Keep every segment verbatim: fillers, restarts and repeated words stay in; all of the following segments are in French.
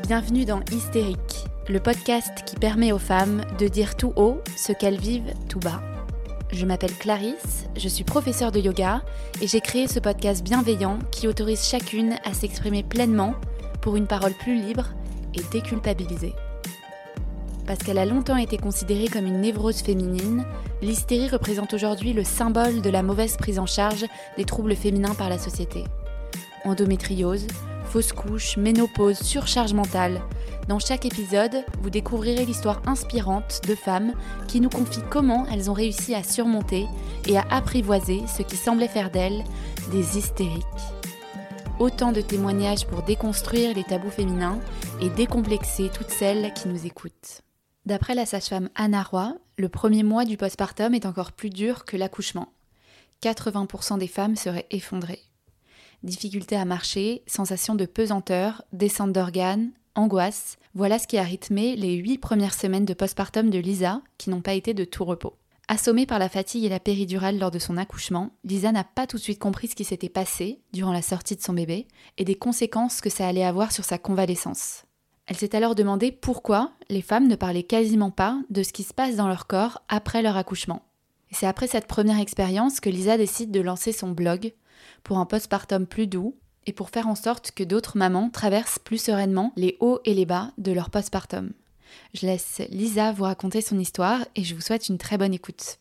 Bienvenue dans Hystérique, le podcast qui permet aux femmes de dire tout haut ce qu'elles vivent tout bas. Je m'appelle Clarisse, je suis professeure de yoga et j'ai créé ce podcast bienveillant qui autorise chacune à s'exprimer pleinement pour une parole plus libre et déculpabilisée. Parce qu'elle a longtemps été considérée comme une névrose féminine, l'hystérie représente aujourd'hui le symbole de la mauvaise prise en charge des troubles féminins par la société. Endométriose, fausse couche, ménopause, surcharge mentale. Dans chaque épisode, vous découvrirez l'histoire inspirante de femmes qui nous confient comment elles ont réussi à surmonter et à apprivoiser ce qui semblait faire d'elles des hystériques. Autant de témoignages pour déconstruire les tabous féminins et décomplexer toutes celles qui nous écoutent. D'après la sage-femme Anna Roy, le premier mois du postpartum est encore plus dur que l'accouchement. quatre-vingts pour cent des femmes seraient effondrées. Difficulté à marcher, sensation de pesanteur, descente d'organes, angoisse, voilà ce qui a rythmé les huit premières semaines de postpartum de Lisa, qui n'ont pas été de tout repos. Assommée par la fatigue et la péridurale lors de son accouchement, Lisa n'a pas tout de suite compris ce qui s'était passé durant la sortie de son bébé et des conséquences que ça allait avoir sur sa convalescence. Elle s'est alors demandé pourquoi les femmes ne parlaient quasiment pas de ce qui se passe dans leur corps après leur accouchement. Et c'est après cette première expérience que Lisa décide de lancer son blog pour un postpartum plus doux et pour faire en sorte que d'autres mamans traversent plus sereinement les hauts et les bas de leur postpartum. Je laisse Lisa vous raconter son histoire et je vous souhaite une très bonne écoute.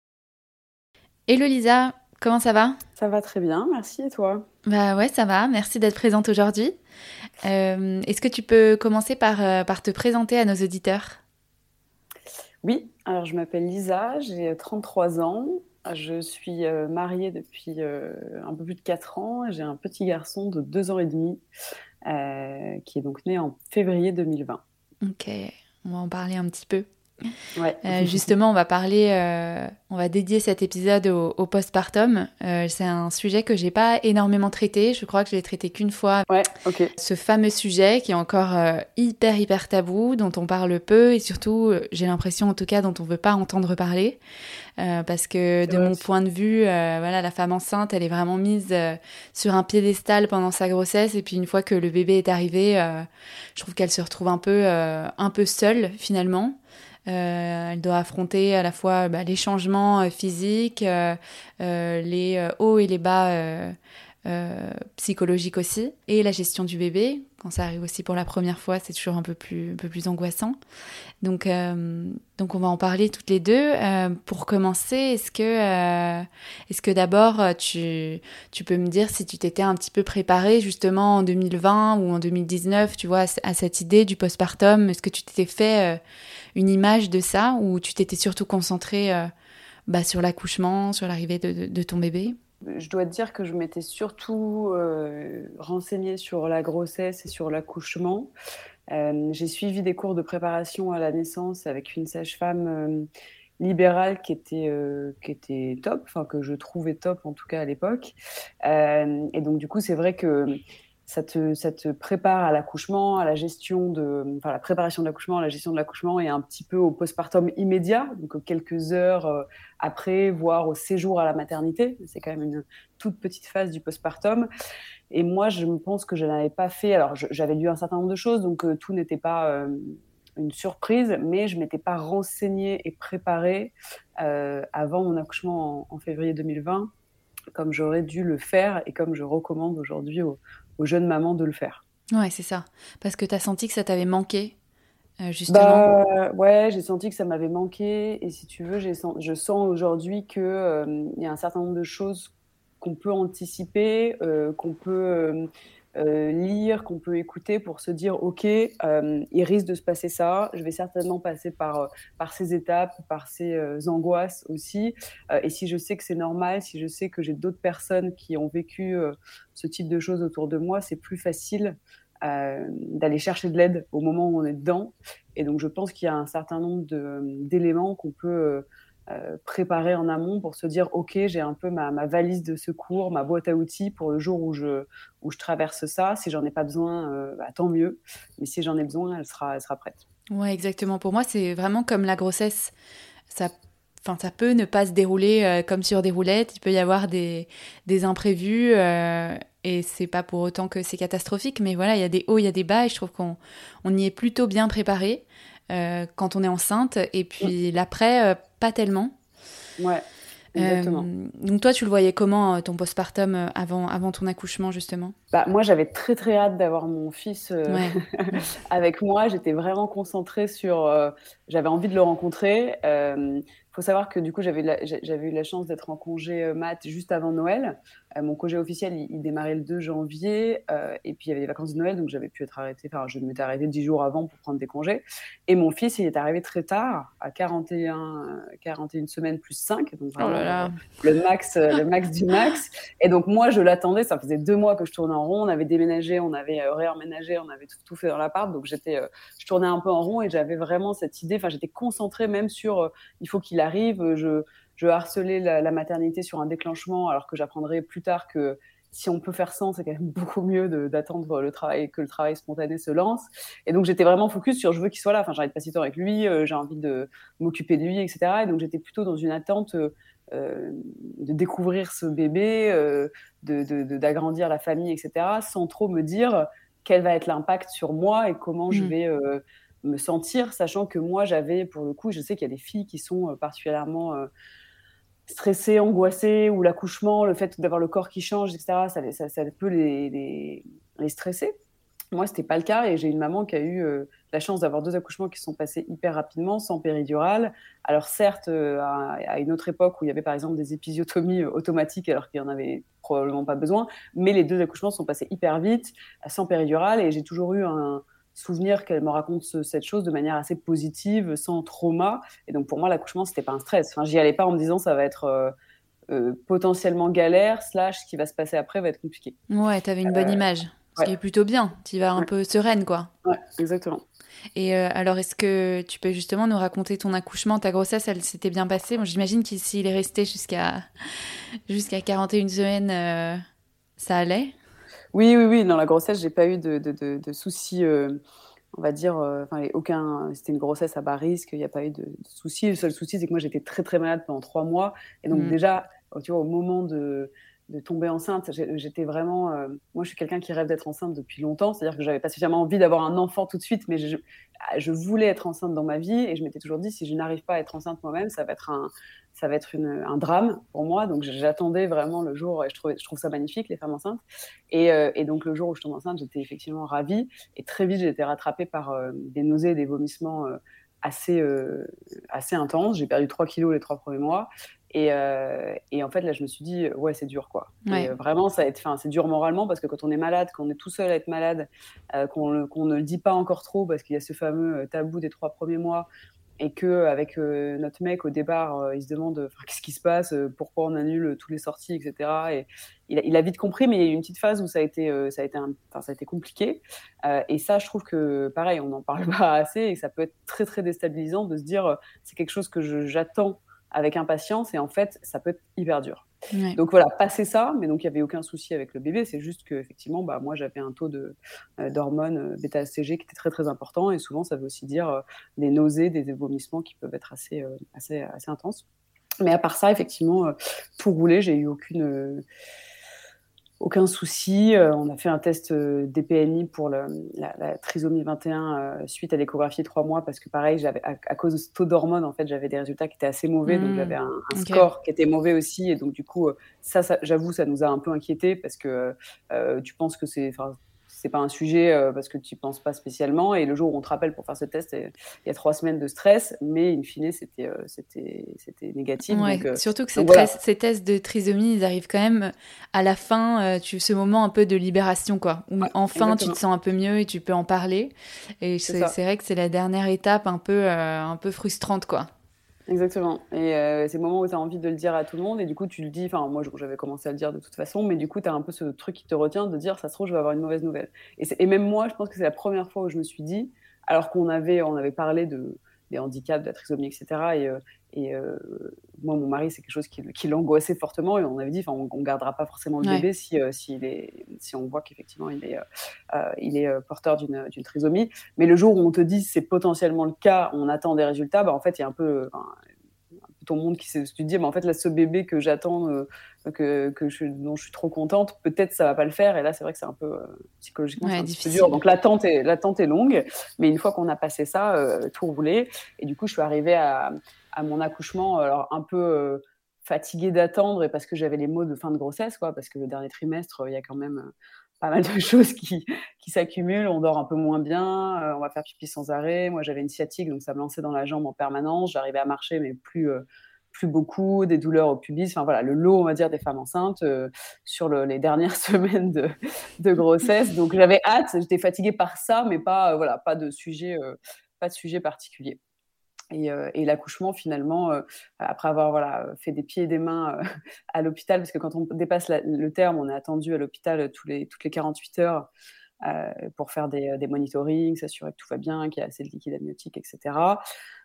Hello Lisa, comment ça va ? Ça va très bien, merci, et toi ? Bah ouais, ça va, merci d'être présente aujourd'hui. Euh, est-ce que tu peux commencer par, euh, par te présenter à nos auditeurs ? Oui, alors je m'appelle Lisa, j'ai trente-trois ans, je suis euh, mariée depuis euh, un peu plus de quatre ans, et j'ai un petit garçon de deux ans et demi euh, qui est donc né en février deux mille vingt. Ok, on va en parler un petit peu. Ouais. Euh, justement, on va parler, euh, on va dédier cet épisode au, au postpartum. Euh, c'est un sujet que j'ai pas énormément traité. Je crois que je l'ai traité qu'une fois. Ouais, ok. Ce fameux sujet qui est encore euh, hyper hyper tabou, dont on parle peu et surtout, euh, j'ai l'impression en tout cas, dont on veut pas entendre parler, euh, parce que C'est de vrai. mon point de vue, euh, voilà, la femme enceinte, elle est vraiment mise euh, sur un piédestal pendant sa grossesse et puis une fois que le bébé est arrivé, euh, je trouve qu'elle se retrouve un peu euh, un peu seule finalement. Euh, elle doit affronter à la fois bah, les changements euh, physiques, euh, euh, les euh, hauts et les bas euh, euh, psychologiques aussi, et la gestion du bébé. Quand ça arrive aussi pour la première fois, c'est toujours un peu plus, un peu plus angoissant. Donc, euh, donc on va en parler toutes les deux. Euh, pour commencer, est-ce que, euh, est-ce que d'abord tu, tu peux me dire si tu t'étais un petit peu préparée justement en deux mille vingt ou en deux mille dix-neuf, tu vois, à cette idée du postpartum? Est-ce que tu t'étais fait euh, une image de ça ou tu t'étais surtout concentrée euh, bah, sur l'accouchement, sur l'arrivée de, de, de ton bébé? Je dois te dire que je m'étais surtout euh, renseignée sur la grossesse et sur l'accouchement. Euh, j'ai suivi des cours de préparation à la naissance avec une sage-femme euh, libérale qui était, euh, qui était top, enfin que je trouvais top en tout cas à l'époque. Euh, et donc du coup, c'est vrai que ça te, ça te prépare à l'accouchement, à la gestion de, enfin la préparation de l'accouchement, à la gestion de l'accouchement et un petit peu au postpartum immédiat, donc quelques heures euh, après, voire au séjour à la maternité. C'est quand même une toute petite phase du postpartum. Et moi, je me pense que je n'avais pas fait. Alors, je, j'avais lu un certain nombre de choses, donc euh, tout n'était pas euh, une surprise, mais je m'étais pas renseignée et préparée euh, avant mon accouchement en, en février deux mille vingt, comme j'aurais dû le faire et comme je recommande aujourd'hui aux, aux jeunes mamans de le faire. Ouais, c'est ça. Parce que tu as senti que ça t'avait manqué, euh, justement. Bah ouais, j'ai senti que ça m'avait manqué et si tu veux, j'ai sen- je sens aujourd'hui que euh, il y a un certain nombre de choses qu'on peut anticiper, euh, qu'on peut euh, euh, lire, qu'on peut écouter pour se dire ok, euh, il risque de se passer ça. Je vais certainement passer par euh, par ces étapes, par ces euh, angoisses aussi. Euh, et si je sais que c'est normal, si je sais que j'ai d'autres personnes qui ont vécu euh, ce type de choses autour de moi, c'est plus facile euh, d'aller chercher de l'aide au moment où on est dedans. Et donc, je pense qu'il y a un certain nombre de, d'éléments qu'on peut euh, préparer en amont pour se dire, OK, j'ai un peu ma, ma valise de secours, ma boîte à outils pour le jour où je, où je traverse ça. Si j'en ai pas besoin, euh, bah, tant mieux. Mais si j'en ai besoin, elle sera, elle sera prête. Ouais, exactement. Pour moi, c'est vraiment comme la grossesse. Ça, enfin, ça peut ne pas se dérouler euh, comme sur des roulettes. Il peut y avoir des, des imprévus euh, et c'est pas pour autant que c'est catastrophique. Mais voilà, il y a des hauts, il y a des bas et je trouve qu'on on y est plutôt bien préparé euh, quand on est enceinte. Et puis mmh. l'après, euh, pas tellement. Ouais. Exactement. Euh, donc toi, tu le voyais comment, ton postpartum avant, avant ton accouchement, justement ? Bah, moi, j'avais très, très hâte d'avoir mon fils euh, ouais. avec moi. J'étais vraiment concentrée sur... Euh, j'avais envie de le rencontrer. Il euh, faut savoir que du coup, j'avais, la, j'avais eu la chance d'être en congé euh, mat juste avant Noël. Euh, mon congé officiel, il, il démarrait le deux janvier. Euh, et puis, il y avait les vacances de Noël, donc j'avais pu être arrêtée. Enfin, je m'étais arrêtée dix jours avant pour prendre des congés. Et mon fils, il est arrivé très tard, à quarante et un, quarante et une semaines plus cinq. Donc vraiment, oh là là. Le, max, le max du max. Et donc, moi, je l'attendais. Ça faisait deux mois que je tournais en rond, on avait déménagé, on avait euh, réemménagé, on avait tout, tout fait dans l'appart, donc j'étais, euh, je tournais un peu en rond et j'avais vraiment cette idée, enfin j'étais concentrée même sur, euh, il faut qu'il arrive, je, je harcelais la, la maternité sur un déclenchement, alors que j'apprendrai plus tard que si on peut faire sans, c'est quand même beaucoup mieux de, d'attendre le travail, que le travail spontané se lance. Et donc j'étais vraiment focus sur je veux qu'il soit là, enfin j'ai envie de passer du temps avec lui, euh, j'ai envie de m'occuper de lui, et cetera. Et donc j'étais plutôt dans une attente euh, Euh, de découvrir ce bébé, euh, de, de, de, d'agrandir la famille, et cetera, sans trop me dire quel va être l'impact sur moi et comment mmh. je vais euh, me sentir, sachant que moi, j'avais, pour le coup, je sais qu'il y a des filles qui sont euh, particulièrement euh, stressées, angoissées, ou l'accouchement, le fait d'avoir le corps qui change, et cetera, ça, ça, ça peut les, les, les stresser. Moi, c'était pas le cas et j'ai une maman qui a eu euh, la chance d'avoir deux accouchements qui sont passés hyper rapidement, sans péridurale. Alors certes, euh, à, à une autre époque où il y avait par exemple des épisiotomies euh, automatiques alors qu'il n'y en avait probablement pas besoin, mais les deux accouchements sont passés hyper vite, sans péridurale, et j'ai toujours eu un souvenir qu'elle me raconte ce, cette chose de manière assez positive, sans trauma. Et donc pour moi, l'accouchement, c'était pas un stress. Enfin, j'y allais pas en me disant ça va être euh, euh, potentiellement galère, slash ce qui va se passer après va être compliqué. Ouais, t'avais une bonne euh, image. Ce ouais. qui est plutôt bien, tu vas un ouais. peu sereine, quoi. Ouais, exactement. Et euh, alors, est-ce que tu peux justement nous raconter ton accouchement, ta grossesse, elle s'était bien passée ? Bon, j'imagine qu'il s'il est resté jusqu'à, jusqu'à quarante et une semaines, euh, ça allait ? Oui, oui, oui. Dans la grossesse, j'ai pas eu de, de, de, de soucis, euh, on va dire, enfin, euh, aucun. C'était une grossesse à bas risque, il n'y a pas eu de, de soucis. Le seul souci, c'est que moi, j'étais très, très malade pendant trois mois. Et donc, mmh. déjà, tu vois, au moment de... de tomber enceinte, j'étais vraiment... Euh, moi, je suis quelqu'un qui rêve d'être enceinte depuis longtemps, c'est-à-dire que je n'avais pas spécialement envie d'avoir un enfant tout de suite, mais je, je voulais être enceinte dans ma vie, et je m'étais toujours dit, si je n'arrive pas à être enceinte moi-même, ça va être un, ça va être une, un drame pour moi. Donc, j'attendais vraiment le jour, et je, trouvais, je trouve ça magnifique, les femmes enceintes. Et, euh, et donc, le jour où je tombe enceinte, j'étais effectivement ravie, et très vite, j'ai été rattrapée par euh, des nausées et des vomissements euh, assez, euh, assez intenses. J'ai perdu trois kilos les trois premiers mois. Et, euh, et en fait, là, je me suis dit, ouais, c'est dur, quoi. Ouais. Et euh, vraiment, ça va être, enfin, c'est dur moralement parce que quand on est malade, quand on est tout seul à être malade, euh, qu'on, le, qu'on ne le dit pas encore trop parce qu'il y a ce fameux tabou des trois premiers mois, et qu'avec euh, notre mec, au départ, euh, il se demande qu'est-ce qui se passe, euh, pourquoi on annule toutes les sorties, et cetera. Et il a, il a vite compris, mais il y a eu une petite phase où ça a été, euh, ça a été, un, ça a été compliqué. Euh, et ça, je trouve que, pareil, on n'en parle pas assez et que ça peut être très, très déstabilisant de se dire, euh, c'est quelque chose que je, j'attends avec impatience, et en fait, ça peut être hyper dur. Ouais. Donc voilà, passer ça, mais donc il n'y avait aucun souci avec le bébé, c'est juste qu'effectivement, bah, moi, j'avais un taux de, euh, d'hormones euh, bêta-H C G qui était très, très important, et souvent, ça veut aussi dire euh, des nausées, des, des vomissements qui peuvent être assez, euh, assez, assez intenses. Mais à part ça, effectivement, euh, tout roulait, j'ai eu aucune... Euh, aucun souci. Euh, on a fait un test euh, D P N I pour le, la, la trisomie vingt et un euh, suite à l'échographie trois mois, parce que pareil, j'avais, à, à cause de ce taux d'hormones, en fait, j'avais des résultats qui étaient assez mauvais, mmh, donc j'avais un, un okay. score qui était mauvais aussi, et donc du coup, ça, ça, j'avoue, ça nous a un peu inquiétés, parce que euh, tu penses que c'est... c'est pas un sujet euh, parce que tu y penses pas spécialement, et le jour où on te rappelle pour faire ce test, il y a trois semaines de stress, mais in fine c'était euh, c'était c'était négatif. Ouais, donc, euh, surtout que ces, donc, voilà. tres- ces tests de trisomie, ils arrivent quand même à la fin, euh, tu ce moment un peu de libération, quoi, où ouais, enfin exactement. Tu te sens un peu mieux et tu peux en parler, et c'est, c'est, c'est vrai que c'est la dernière étape un peu euh, un peu frustrante, quoi. Exactement. Et euh, c'est le moment où tu as envie de le dire à tout le monde, et du coup tu le dis, enfin moi j'avais commencé à le dire de toute façon, mais du coup tu as un peu ce truc qui te retient de dire ça se trouve je vais avoir une mauvaise nouvelle. Et, et même moi je pense que c'est la première fois où je me suis dit, alors qu'on avait, on avait parlé de, des handicaps, de la trisomie, et cetera. Et, euh, et euh, moi mon mari c'est quelque chose qui, qui l'angoissait fortement, et on avait dit enfin on ne gardera pas forcément le ouais. bébé si, euh, si, il est, si on voit qu'effectivement il est, euh, il est porteur d'une, d'une trisomie. Mais le jour où on te dit c'est potentiellement le cas, on attend des résultats, bah en fait il y a un peu, enfin, tout ton monde qui se, tu te dis, mais en fait, là, ce bébé que j'attends, euh, que, que je, dont je suis trop contente, peut-être ça va pas le faire. Et là, c'est vrai que c'est un peu, euh, psychologiquement, Ouais, c'est un difficile. petit peu dur. Donc, l'attente est, l'attente est longue. Mais une fois qu'on a passé ça, euh, tout roulait. Et du coup, je suis arrivée à, à mon accouchement, alors un peu euh, fatiguée d'attendre et parce que j'avais les maux de fin de grossesse, quoi, parce que le dernier trimestre, il y a quand même... Euh, pas mal de choses qui, qui s'accumulent. On dort un peu moins bien, euh, on va faire pipi sans arrêt. Moi, j'avais une sciatique, donc ça me lançait dans la jambe en permanence. J'arrivais à marcher, mais plus, euh, plus beaucoup, des douleurs au pubis. Enfin voilà, le lot, on va dire, des femmes enceintes euh, sur le, les dernières semaines de, de grossesse. Donc j'avais hâte, j'étais fatiguée par ça, mais pas, euh, voilà, pas de sujet, euh, pas de sujet particulier. Et, euh, et l'accouchement, finalement, euh, après avoir voilà, fait des pieds et des mains euh, à l'hôpital, parce que quand on dépasse la, le terme, on est attendu à l'hôpital tous les, toutes les quarante-huit heures euh, pour faire des, des monitorings, s'assurer que tout va bien, qu'il y a assez de liquide amniotique, et cetera.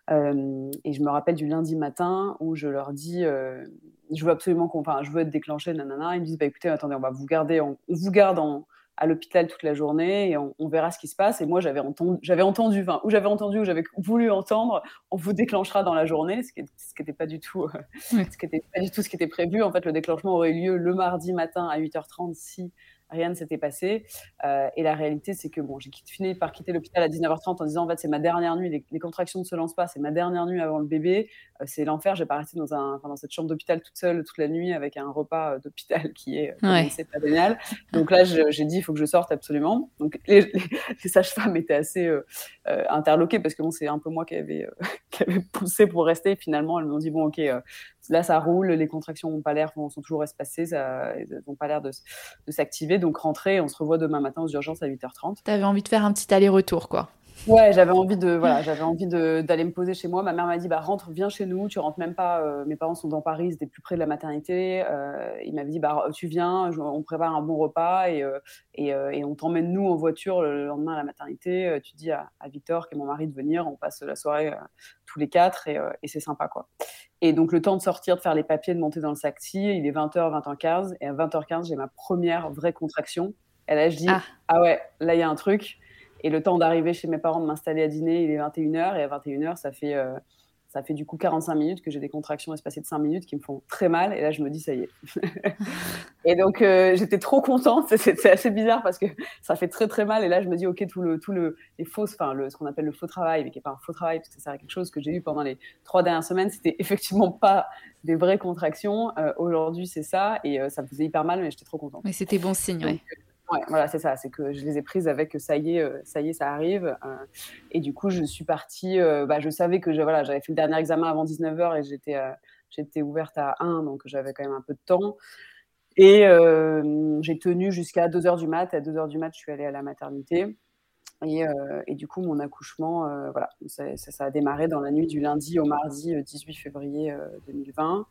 Euh, et je me rappelle du lundi matin où je leur dis euh, je veux absolument qu'on, enfin, je veux être déclenchée, nanana. Ils me disent bah, écoutez, attendez, on va vous garder, on, on vous garde en à l'hôpital toute la journée et on, on verra ce qui se passe. Et moi, j'avais entendu, j'avais entendu, enfin, ou j'avais entendu, ou j'avais voulu entendre, on vous déclenchera dans la journée, ce qui n'était pas du tout, euh, Oui. ce qui était pas du tout ce qui était prévu. En fait, le déclenchement aurait eu lieu le mardi matin à huit heures trente si rien ne s'était passé. Euh, et la réalité, c'est que bon, j'ai fini par quitter l'hôpital à dix-neuf heures trente en disant en fait, c'est ma dernière nuit, les, les contractions ne se lancent pas, c'est ma dernière nuit avant le bébé. Euh, c'est l'enfer, j'ai pas resté dans, un, enfin, dans cette chambre d'hôpital toute seule toute la nuit avec un repas d'hôpital qui est, comme Ouais. on sait, pas génial. Donc là, je, j'ai dit, il faut que je sorte absolument. Donc les, les, les sages-femmes étaient assez euh, euh, interloquées parce que bon, c'est un peu moi qui avait, euh, qui avait poussé pour rester. Finalement, elles m'ont dit, bon, ok, euh, là, ça roule, les contractions n'ont pas l'air, sont toujours espacées, ça, elles n'ont pas l'air de, de s'activer. Donc rentrez, on se revoit demain matin aux urgences à huit heures trente. T'avais envie de faire un petit aller-retour, quoi. Ouais, j'avais envie de voilà, j'avais envie de d'aller me poser chez moi. Ma mère m'a dit bah rentre, viens chez nous. Tu rentres même pas. Euh, mes parents sont dans Paris, ils étaient plus près de la maternité. Euh, il m'avait dit bah tu viens, je, on prépare un bon repas et euh, et, euh, et on t'emmène nous en voiture le lendemain à la maternité. Euh, tu dis à, à Victor qui est mon mari de venir. On passe la soirée euh, tous les quatre et, euh, et c'est sympa quoi. Et donc le temps de sortir, de faire les papiers, de monter dans le taxi, il est vingt heures, vingt heures quinze et à vingt heures quinze j'ai ma première vraie contraction. Et là je dis Ah, ah ouais, là il y a un truc. Et le temps d'arriver chez mes parents, de m'installer à dîner, il est vingt et une heures. Et à vingt et une heures, ça fait, euh, ça fait du coup quarante-cinq minutes que j'ai des contractions espacées de cinq minutes qui me font très mal. Et là, je me dis, ça y est. Et donc, euh, j'étais trop contente. C'est, c'est assez bizarre parce que ça fait très, très mal. Et là, je me dis, OK, tout le, tout le, les fausses, enfin, le, ce qu'on appelle le faux travail, mais qui n'est pas un faux travail, parce que c'est quelque chose que j'ai eu pendant les trois dernières semaines. C'était effectivement pas des vraies contractions. Euh, aujourd'hui, c'est ça. Et euh, ça me faisait hyper mal, mais j'étais trop contente. mais c'était bon signe, ouais. Donc, ouais, voilà, c'est ça. C'est que je les ai prises avec ça y est, euh, ça y est, ça arrive. Euh, et du coup, je suis partie. Euh, bah, je savais que je, voilà, j'avais fait le dernier examen avant dix-neuf heures et j'étais, euh, j'étais ouverte à un, donc j'avais quand même un peu de temps. Et euh, j'ai tenu jusqu'à deux heures du mat. À deux heures du mat, je suis allée à la maternité. Et, euh, et du coup, mon accouchement, euh, voilà, ça, ça, ça a démarré dans la nuit du lundi au mardi euh, dix-huit février euh, deux mille vingt.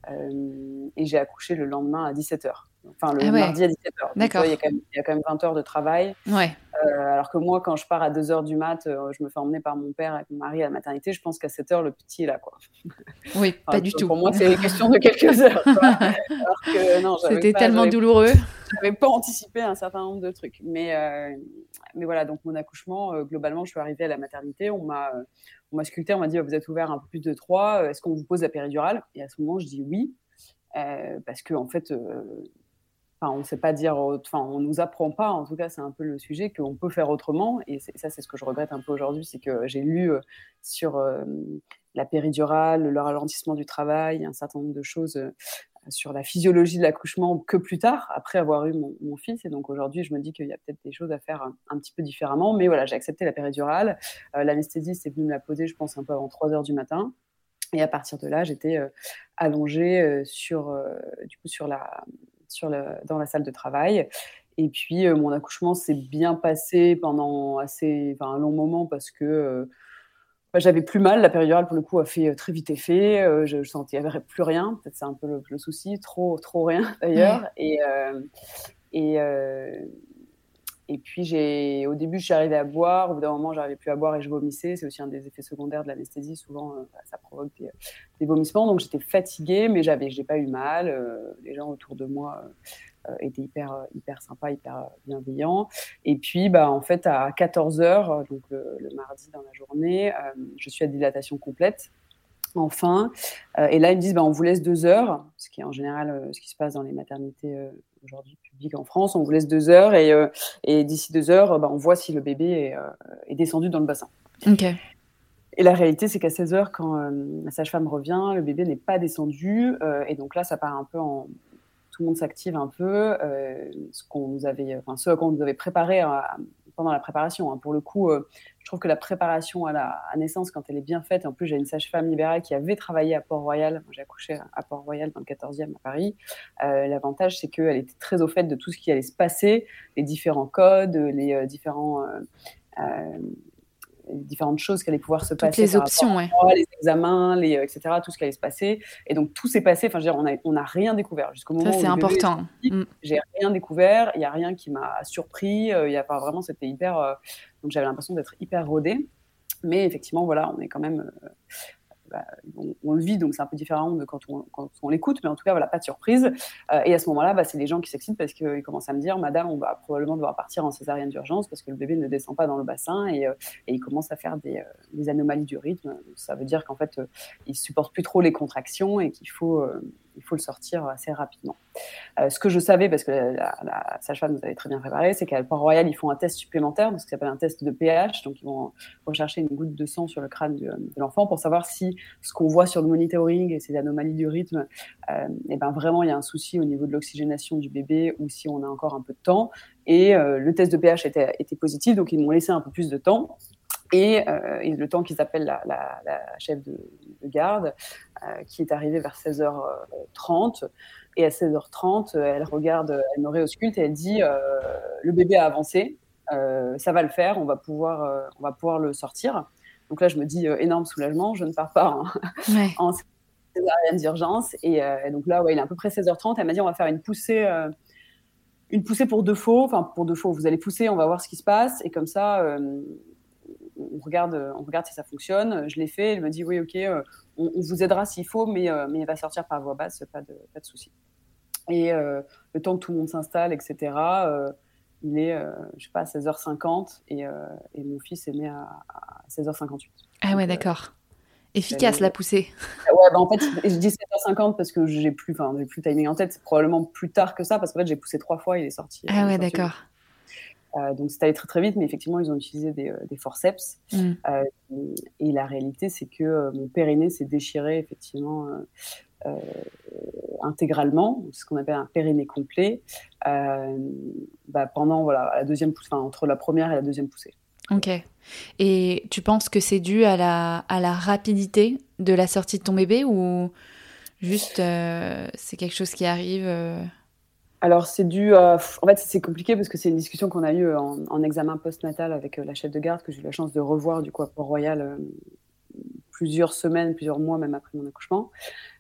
Euh, et j'ai accouché le lendemain à dix-sept heures. Enfin, le Ah ouais. mardi à dix-sept heures. Donc, tu vois, D'accord. il y a quand même, il y a quand même vingt heures de travail. Ouais. Euh, alors que moi, quand je pars à deux heures du mat, euh, je me fais emmener par mon père et mon mari à la maternité. Je pense qu'à sept heures, le petit est là, quoi. Oui, Enfin, pas du tout. pour moi, c'est une question de quelques heures, quoi. Alors que non, j'avais C'était pas, tellement j'avais, douloureux. j'avais pas anticipé un certain nombre de trucs. Mais, euh, mais voilà, donc mon accouchement, euh, globalement, je suis arrivée à la maternité. On m'a, euh, on m'a sculpté, on m'a dit oh, vous êtes ouvert un peu plus de trois. Est-ce qu'on vous pose la péridurale? Et à ce moment, je dis oui, euh, parce que en fait. Euh, Enfin, on ne sait pas dire, enfin, on nous apprend pas, en tout cas, c'est un peu le sujet, qu'on peut faire autrement. Et c'est, ça, c'est ce que je regrette un peu aujourd'hui, c'est que j'ai lu euh, sur euh, la péridurale, le ralentissement du travail, un certain nombre de choses euh, sur la physiologie de l'accouchement que plus tard, après avoir eu mon, mon fils. Et donc aujourd'hui, je me dis qu'il y a peut-être des choses à faire un, un petit peu différemment. Mais voilà, j'ai accepté la péridurale. Euh, l'anesthésiste est venu me la poser, je pense, un peu avant trois heures du matin. Et à partir de là, j'étais euh, allongée euh, sur, euh, du coup, sur la sur le, dans la salle de travail. Et puis, euh, mon accouchement s'est bien passé pendant assez, enfin, un long moment parce que euh, bah, j'avais plus mal. La péridurale, pour le coup, a fait très vite effet. Euh, je, je sentais qu'il n'y avait plus rien. Peut-être c'est un peu le, le souci. Trop, trop rien, d'ailleurs. Ouais. Et, euh, et, euh, et puis, j'ai, au début, je suis arrivée à boire. Au bout d'un moment, j'arrivais plus à boire et je vomissais. C'est aussi un des effets secondaires de l'anesthésie. Souvent, euh, ça provoque des, des vomissements. Donc, j'étais fatiguée, mais j'avais, j'ai pas eu mal. Euh, les gens autour de moi euh, étaient hyper, hyper sympas, hyper bienveillants. Et puis, bah, en fait, à quatorze heures, donc le, le mardi dans la journée, euh, je suis à dilatation complète. enfin. Euh, et là, ils me disent, bah, on vous laisse deux heures, ce qui est en général euh, ce qui se passe dans les maternités euh, aujourd'hui publiques en France. On vous laisse deux heures et, euh, et d'ici deux heures, bah, on voit si le bébé est, euh, est descendu dans le bassin. Ok. Et la réalité, c'est qu'à seize heures, quand euh, la sage-femme revient, le bébé n'est pas descendu. Euh, et donc là, ça part un peu en... Tout le monde s'active un peu. Euh, ce, qu'on nous avait, enfin, ce à quoi on nous avait préparé à, pendant la préparation. Hein. Pour le coup, euh, je trouve que la préparation à la à naissance, quand elle est bien faite, en plus, j'ai une sage-femme libérale qui avait travaillé à Port-Royal. Moi, j'ai accouché à Port-Royal dans le quatorzième à Paris. Euh, l'avantage, c'est qu'elle était très au fait de tout ce qui allait se passer, les différents codes, les euh, différents... Euh, euh, différentes choses qui allaient pouvoir se Toutes passer. les options, ouais. Moi, les examens, les, euh, et cetera, tout ce qui allait se passer. Et donc, tout s'est passé. Enfin, je veux dire, on n'a on a rien découvert. Jusqu'au moment Ça, c'est où le bébé important. est sorti, Mm. j'ai rien découvert. Il n'y a rien qui m'a surpris. Euh, il y a pas vraiment, c'était hyper... Euh, donc, j'avais l'impression d'être hyper rodée. Mais effectivement, voilà, on est quand même... Euh, bah, on, on le vit, donc c'est un peu différent de quand on, quand on l'écoute, mais en tout cas, voilà, pas de surprise. Euh, et à ce moment-là, bah, c'est les gens qui s'excitent parce qu'ils commencent à me dire, madame, on va probablement devoir partir en césarienne d'urgence parce que le bébé ne descend pas dans le bassin et, euh, et ils commencent à faire des, euh, des anomalies du rythme. Donc, ça veut dire qu'en fait, euh, ils ne supportent plus trop les contractions et qu'il faut, euh, il faut le sortir assez rapidement. Euh, ce que je savais, parce que la, la, la sage-femme nous avait très bien préparé, c'est qu'à Port-Royal, ils font un test supplémentaire, ce qui s'appelle un test de pH. Donc, ils vont rechercher une goutte de sang sur le crâne de, de l'enfant pour savoir si ce qu'on voit sur le monitoring et ces anomalies du rythme, euh, et ben vraiment, il y a un souci au niveau de l'oxygénation du bébé ou si on a encore un peu de temps. Et euh, le test de pH était, était positif, donc ils m'ont laissé un peu plus de temps. Et, euh, et le temps qu'ils appellent la, la, la chef de, de garde, euh, qui est arrivée vers seize heures trente. Et à seize heures trente, elle regarde, elle me réausculte et elle dit euh, le bébé a avancé, euh, ça va le faire, on va pouvoir, euh, on va pouvoir le sortir. Donc là, je me dis euh, énorme soulagement, je ne pars pas en, Ouais. en césarienne d'urgence. Et euh, donc là, ouais, il est à peu près seize heures trente. Elle m'a dit on va faire une poussée, euh, une poussée pour deux faux. Enfin, pour deux faux, vous allez pousser, on va voir ce qui se passe. Et comme ça, euh, on, regarde, on regarde si ça fonctionne. Je l'ai fait. Elle me dit oui, ok, euh, on, on vous aidera s'il faut, mais, euh, mais il va sortir par voie basse, pas de, pas de souci. Et euh, le temps que tout le monde s'installe, et cetera, euh, il est, euh, je sais pas, à seize heures cinquante et, euh, et mon fils est né à, à seize heures cinquante-huit. Ah Donc, ouais, euh, d'accord. Efficace, la poussée. Ouais, bah en fait, je dis sept heures cinquante parce que j'ai plus, enfin, j'ai plus le timing en tête. C'est probablement plus tard que ça parce qu'en fait, j'ai poussé trois fois, il est sorti. Ah ouais, sorti d'accord. Euh, donc, c'est allé très très vite, mais effectivement, ils ont utilisé des, euh, des forceps. Mm. Euh, et la réalité, c'est que euh, mon périnée s'est déchiré effectivement euh, euh, intégralement, c'est ce qu'on appelle un périnée complet, euh, bah, pendant voilà, la deuxième poussée, enfin, entre la première et la deuxième poussée. Ok. Et tu penses que c'est dû à la, à la rapidité de la sortie de ton bébé ou juste euh, c'est quelque chose qui arrive euh... Alors, c'est dû à... En fait, c'est compliqué parce que c'est une discussion qu'on a eue en, en examen post-natal avec la chef de garde que j'ai eu la chance de revoir du coup à Port-Royal euh, plusieurs semaines, plusieurs mois même après mon accouchement.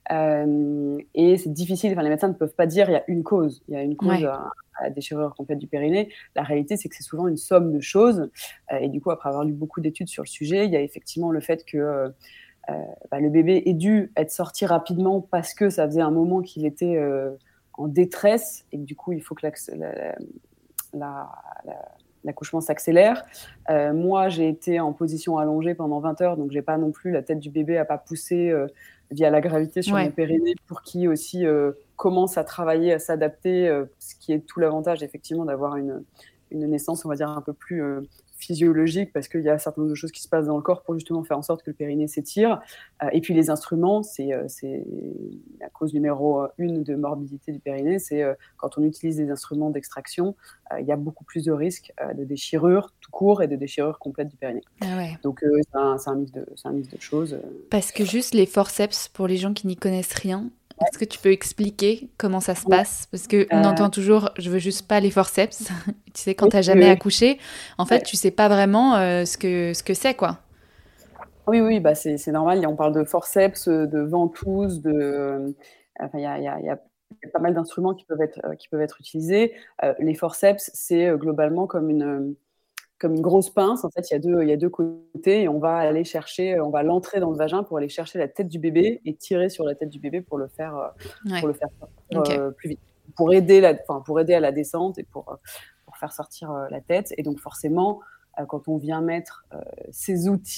Euh, et c'est difficile, enfin, les médecins ne peuvent pas dire il y a une cause, il y a une cause ouais. à, à la déchirure complète du périnée. La réalité, c'est que c'est souvent une somme de choses. Euh, et du coup, après avoir lu beaucoup d'études sur le sujet, il y a effectivement le fait que euh, euh, bah, le bébé ait dû être sorti rapidement parce que ça faisait un moment qu'il était euh, en détresse et que du coup, il faut que la, la, la, la l'accouchement s'accélère. Euh, moi, j'ai été en position allongée pendant vingt heures, donc j'ai pas non plus la tête du bébé à pas pousser euh, via la gravité sur ouais. mon périnée pour qu'il aussi euh, commence à travailler, à s'adapter, euh, ce qui est tout l'avantage effectivement d'avoir une, une naissance, on va dire, un peu plus euh, physiologique parce qu'il y a un certain nombre de choses qui se passent dans le corps pour justement faire en sorte que le périnée s'étire. Euh, et puis les instruments, c'est, euh, c'est la cause numéro une de morbidité du périnée, c'est euh, quand on utilise des instruments d'extraction, euh, il y a beaucoup plus de risques euh, de déchirure tout court et de déchirure complète du périnée. Ah ouais. Donc euh, c'est, un, c'est, un mix de, c'est un mix de choses. Parce que juste les forceps, pour les gens qui n'y connaissent rien, est-ce que tu peux expliquer comment ça se passe ? Parce qu'on euh... entend toujours « je veux juste pas les forceps ». Tu sais, quand tu n'as jamais oui. accouché, en fait, ouais. tu sais pas vraiment euh, ce, que, ce que c'est, quoi. Oui, oui, bah c'est, c'est normal. On parle de forceps, de ventouses, de... Euh, enfin, il y a, y a, y a pas mal d'instruments qui peuvent être, euh, qui peuvent être utilisés. Euh, les forceps, c'est euh, globalement comme une... comme une grosse pince, en fait, il y a deux, il y a deux côtés et on va aller chercher, on va l'entrer dans le vagin pour aller chercher la tête du bébé et tirer sur la tête du bébé pour le faire, ouais. pour le faire sortir okay. euh, plus vite, pour aider, la, enfin, pour aider à la descente et pour, pour faire sortir euh, la tête. Et donc forcément, euh, quand on vient mettre euh, ces outils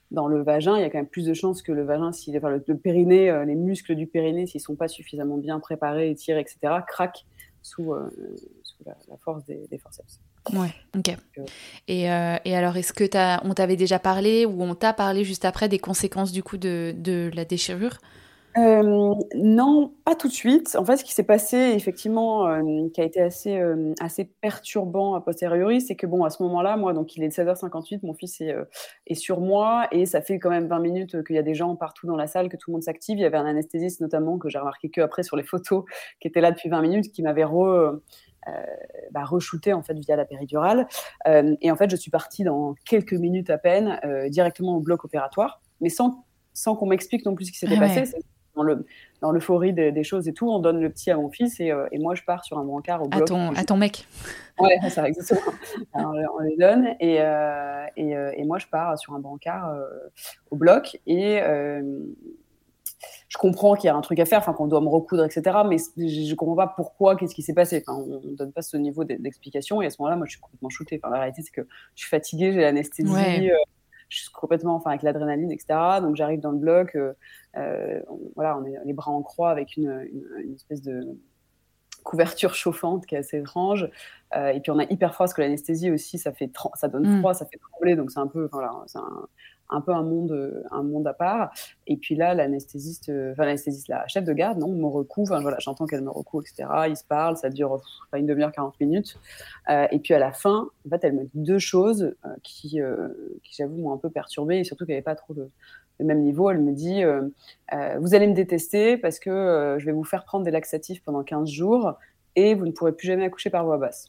dans le vagin, il y a quand même plus de chances que le vagin, s'il, enfin, le, le périnée, euh, les muscles du périnée, s'ils ne sont pas suffisamment bien préparés, étirés, et cetera, craquent sous, euh, sous la, la force des, des forceps. Ouais, ok. Donc, euh, Et, euh, et alors, est-ce que t'as, on t'avait déjà parlé ou on t'a parlé juste après des conséquences du coup de, de la déchirure? Euh, non, pas tout de suite. En fait, ce qui s'est passé, effectivement, euh, qui a été assez, euh, assez perturbant a posteriori, c'est que bon, à ce moment-là, moi, donc il est seize heures cinquante-huit, mon fils est, euh, est sur moi, et ça fait quand même vingt minutes qu'il y a des gens partout dans la salle, que tout le monde s'active. Il y avait un anesthésiste notamment, que j'ai remarqué qu'après sur les photos, qui était là depuis vingt minutes, qui m'avait re, euh, bah, re-shooté en fait via la péridurale. Euh, et en fait, je suis partie dans quelques minutes à peine, euh, directement au bloc opératoire, mais sans, sans qu'on m'explique non plus ce qui s'était Ah passé. ouais. C'est dans le, dans l'euphorie des, des choses et tout, on donne le petit à mon fils et, euh, et moi je pars sur un brancard au À bloc. ton, Que à je... ton mec. Ouais, ça exactement. Alors, on les donne et, euh, et, euh, et moi je pars sur un brancard euh, au bloc et euh, je comprends qu'il y a un truc à faire, enfin qu'on doit me recoudre, et cetera. Mais je, je comprends pas pourquoi, qu'est-ce qui s'est passé. Enfin, on, on donne pas ce niveau d'explication et à ce moment-là, moi je suis complètement shootée. Enfin, la réalité c'est que je suis fatiguée, j'ai l'anesthésie. Ouais. Euh, je suis complètement, enfin, avec l'adrénaline, et cetera. Donc j'arrive dans le bloc, euh, euh, on, voilà, on est les bras en croix avec une, une, une espèce de couverture chauffante qui est assez étrange. Euh, et puis on a hyper froid parce que l'anesthésie aussi, ça fait, ça donne Mm. froid, ça fait trembler, donc c'est un peu, voilà, c'est un, un peu un monde, un monde à part. Et puis là, l'anesthésiste, enfin l'anesthésiste, la chef de garde, non, me recouvre. Enfin, voilà, j'entends qu'elle me recouvre, et cetera. Ils se parlent, ça dure pas une demi-heure, quarante minutes. Euh, et puis à la fin, en fait, elle me dit deux choses euh, qui, euh, qui j'avoue, m'ont un peu perturbée et surtout qu'elle n'avait pas trop de le même niveau. Elle me dit euh, euh, vous allez me détester parce que euh, je vais vous faire prendre des laxatifs pendant quinze jours et vous ne pourrez plus jamais accoucher par voie basse.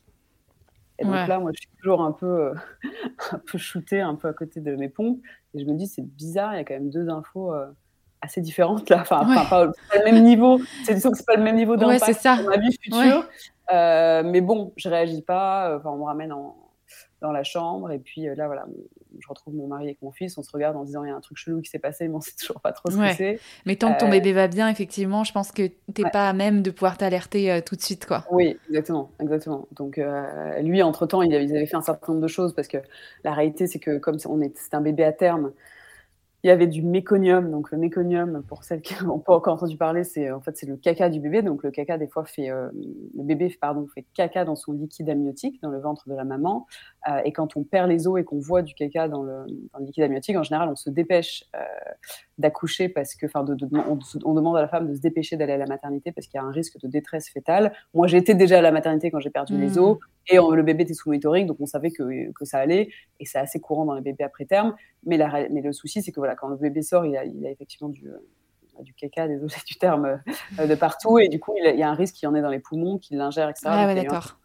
Et donc Ouais. là, moi, je suis toujours un peu, euh, un peu shootée, un peu à côté de mes pompes. Et je me dis, c'est bizarre, il y a quand même deux infos euh, assez différentes là. Enfin, Ouais. enfin pas, pas le même niveau. C'est disons que c'est pas le même niveau Ouais, c'est d'impact ça. sur ma vie Ouais. future. Euh, mais bon, je réagis pas. Enfin, on me ramène en, dans la chambre et puis euh, là, voilà, je retrouve mon mari avec mon fils. On se regarde en disant, il y a un truc chelou qui s'est passé, mais on sait toujours pas trop ce que Ouais. c'est. Mais tant que ton Euh, bébé va bien, effectivement, je pense que t'es ouais. pas à même de pouvoir t'alerter euh, tout de suite, quoi. Oui, exactement, exactement. Donc euh, lui, entre-temps, il avait, il avait fait un certain nombre de choses parce que la réalité, c'est que comme on est, c'est un bébé à terme, il y avait du méconium. Donc le méconium, pour celles qui n'ont pas encore entendu parler, c'est en fait c'est le caca du bébé. Donc le caca des fois fait euh, le bébé pardon fait caca dans son liquide amniotique dans le ventre de la maman. Euh, et quand on perd les os et qu'on voit du caca dans le, dans le liquide amniotique, en général, on se dépêche euh, d'accoucher parce que, enfin, de, de, on, on demande à la femme de se dépêcher d'aller à la maternité parce qu'il y a un risque de détresse fétale. Moi, j'étais déjà à la maternité quand j'ai perdu les os Mm. et on, le bébé était sous monitoring, donc on savait que, que ça allait et c'est assez courant dans les bébés après terme. Mais, la, mais le souci, c'est que voilà, quand le bébé sort, il a, il a effectivement du, euh, du caca, désolé du terme, euh, de partout et du coup, il, a, il y a un risque qu'il y en ait dans les poumons, qu'il l'ingère, et cetera. Ah Donc, ouais, il y a eu un d'accord.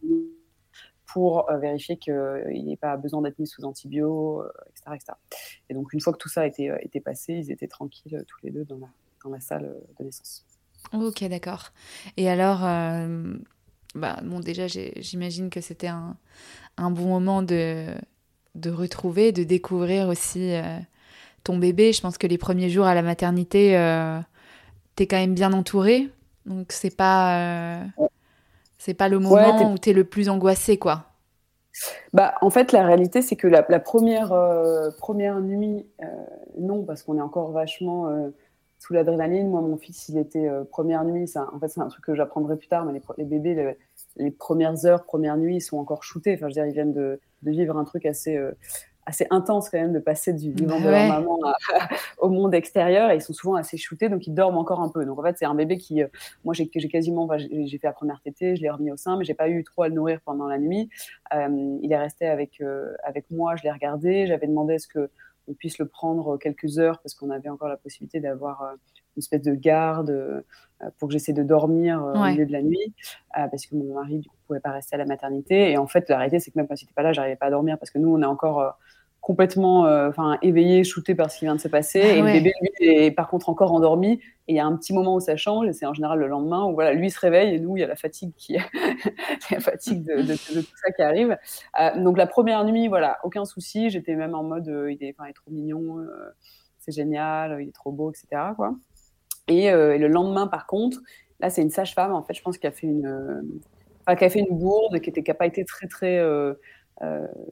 pour euh, vérifier qu'il n'y ait pas besoin d'être mis sous antibio, euh, et cetera, et cetera. Et donc, une fois que tout ça a été, euh, été passé, ils étaient tranquilles euh, tous les deux dans la, dans la salle de naissance. Ok, d'accord. Et alors, euh, bah, bon, déjà, j'ai- j'imagine que c'était un, un bon moment de, de retrouver, de découvrir aussi euh, ton bébé. Je pense que les premiers jours à la maternité, euh, t'es quand même bien entourée. Donc, c'est pas, euh, c'est pas le Ouais, moment t'es... où t'es le plus angoissée, quoi. Bah, en fait, la réalité, c'est que la, la première, euh, première nuit, euh, non, parce qu'on est encore vachement euh, sous l'adrénaline. Moi, mon fils, il était euh, première nuit. Ça, en fait, c'est un truc que j'apprendrai plus tard, mais les, les bébés, les, les premières heures, première nuit, ils sont encore shootés. Enfin, je veux dire, ils viennent de, de vivre un truc assez, euh, assez intense quand même, de passer du, du Bah ventre de leur ouais. maman à, au monde extérieur. Et ils sont souvent assez shootés, donc ils dorment encore un peu. Donc, en fait, c'est un bébé qui... Euh, moi, j'ai, j'ai quasiment... Enfin, j'ai, j'ai fait la première tétée, je l'ai remis au sein, mais j'ai pas eu trop à le nourrir pendant la nuit. Euh, il est resté avec, euh, avec moi, je l'ai regardé. J'avais demandé à ce qu'on puisse le prendre quelques heures parce qu'on avait encore la possibilité d'avoir euh, une espèce de garde euh, pour que j'essaie de dormir euh, au Ouais. milieu de la nuit euh, parce que mon mari ne pouvait pas rester à la maternité. Et en fait, la réalité, c'est que même quand il n'était pas là, j'arrivais pas à dormir parce que nous, on est encore euh, complètement euh, éveillé, shooté par ce qui vient de se passer. Bah Et le ouais. bébé, lui, est par contre encore endormi. Et il y a un petit moment où ça change, et c'est en général le lendemain où voilà, lui se réveille et nous, il y a la fatigue qui la fatigue de, de, de, tout ça qui arrive. Euh, donc la première nuit, voilà, aucun souci. J'étais même en mode, euh, il, est, il est trop mignon, euh, c'est génial, il est trop beau, et cetera. Quoi. Et, euh, et le lendemain, par contre, là, c'est une sage-femme, en fait, je pense, qui a fait une, euh, enfin, qui a fait une bourde, qui n'a pas été très, très... Euh, euh,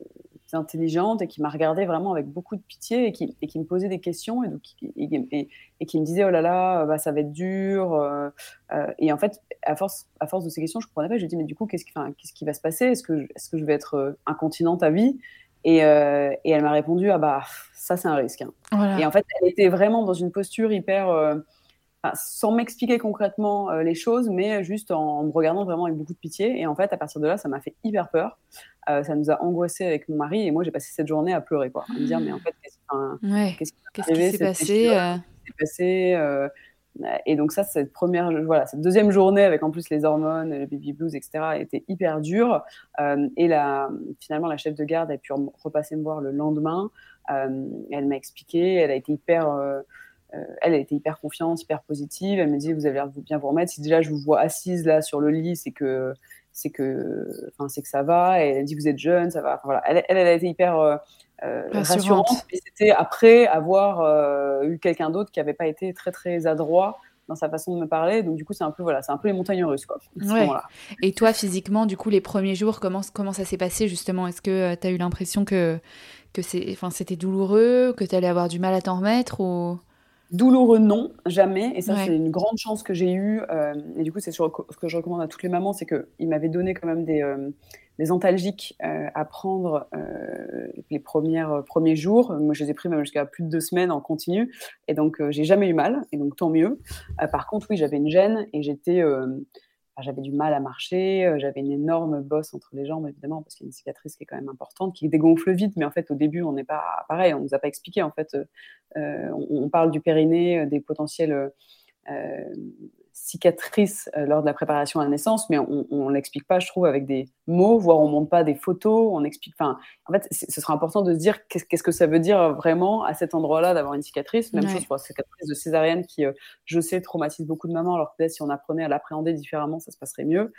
intelligente et qui m'a regardée vraiment avec beaucoup de pitié et qui, et qui me posait des questions et, donc, et, et, et qui me disait « Oh là là, bah, ça va être dur euh, ». Et en fait, à force, à force de ces questions, je ne comprenais pas. Je lui dis « Mais du coup, qu'est-ce qui, enfin, qu'est-ce qui va se passer ? Est-ce que, est-ce que je vais être incontinente à vie ?» Et, euh, et elle m'a répondu « Ah bah, ça, c'est un risque. Hein. » Voilà. Et en fait, elle était vraiment dans une posture hyper... Euh, Enfin, sans m'expliquer concrètement euh, les choses, mais juste en, en me regardant vraiment avec beaucoup de pitié. Et en fait, à partir de là, ça m'a fait hyper peur. Euh, ça nous a angoissés avec mon mari. Et moi, j'ai passé cette journée à pleurer, quoi, à me dire, mais en fait, qu'est-ce, enfin, ouais. qu'est-ce qui, qu'est-ce qui s'est passé euh... Qu'est-ce qui s'est passé euh, Et donc ça, cette première, voilà, cette deuxième journée avec en plus les hormones, le baby blues, et cetera, était hyper dure. Euh, et la, finalement, la chef de garde a pu repasser me voir le lendemain. Euh, elle m'a expliqué. Elle a été hyper... Euh, Euh, elle, elle était hyper confiante, hyper positive. Elle me dit, vous avez l'air de bien vous remettre. Si déjà je vous vois assise là sur le lit, c'est que, c'est que, enfin, c'est que ça va. Et elle dit, vous êtes jeune, ça va. Enfin, voilà. Elle, elle, elle a été hyper euh, rassurante. Mais c'était après avoir euh, eu quelqu'un d'autre qui n'avait pas été très très adroit dans sa façon de me parler. Donc du coup, c'est un peu, voilà, c'est un peu les montagnes russes, quoi. À ce ouais. moment-là. Et toi, physiquement, du coup, les premiers jours, comment comment ça s'est passé justement ? Est-ce que tu as eu l'impression que que c'est, enfin, c'était douloureux, que tu allais avoir du mal à t'en remettre ou... Douloureux, non, jamais. Et ça, ouais. c'est une grande chance que j'ai eue. Euh, et du coup, c'est sur, ce que je recommande à toutes les mamans, c'est qu'ils m'avaient donné quand même des, euh, des antalgiques euh, à prendre euh, les premières, euh, premiers jours. Moi, je les ai pris même jusqu'à plus de deux semaines en continu. Et donc, euh, j'ai jamais eu mal. Et donc, tant mieux. Euh, par contre, oui, j'avais une gêne et j'étais... Euh, j'avais du mal à marcher, euh, j'avais une énorme bosse entre les jambes, évidemment, parce qu'il y a une cicatrice qui est quand même importante, qui dégonfle vite, mais en fait, au début, on n'est pas pareil, on ne nous a pas expliqué, en fait, euh, on, on parle du périnée, des potentiels euh, cicatrices euh, lors de la préparation à la naissance, mais on ne l'explique pas, je trouve, avec des mots, voire on ne montre pas des photos, on explique, enfin, en fait, ce sera important de se dire qu'est-ce, qu'est-ce que ça veut dire vraiment à cet endroit-là d'avoir une cicatrice, même ouais. chose pour la cicatrice de césarienne qui, euh, je sais, traumatise beaucoup de mamans, alors que peut-être si on apprenait à l'appréhender différemment, ça se passerait mieux.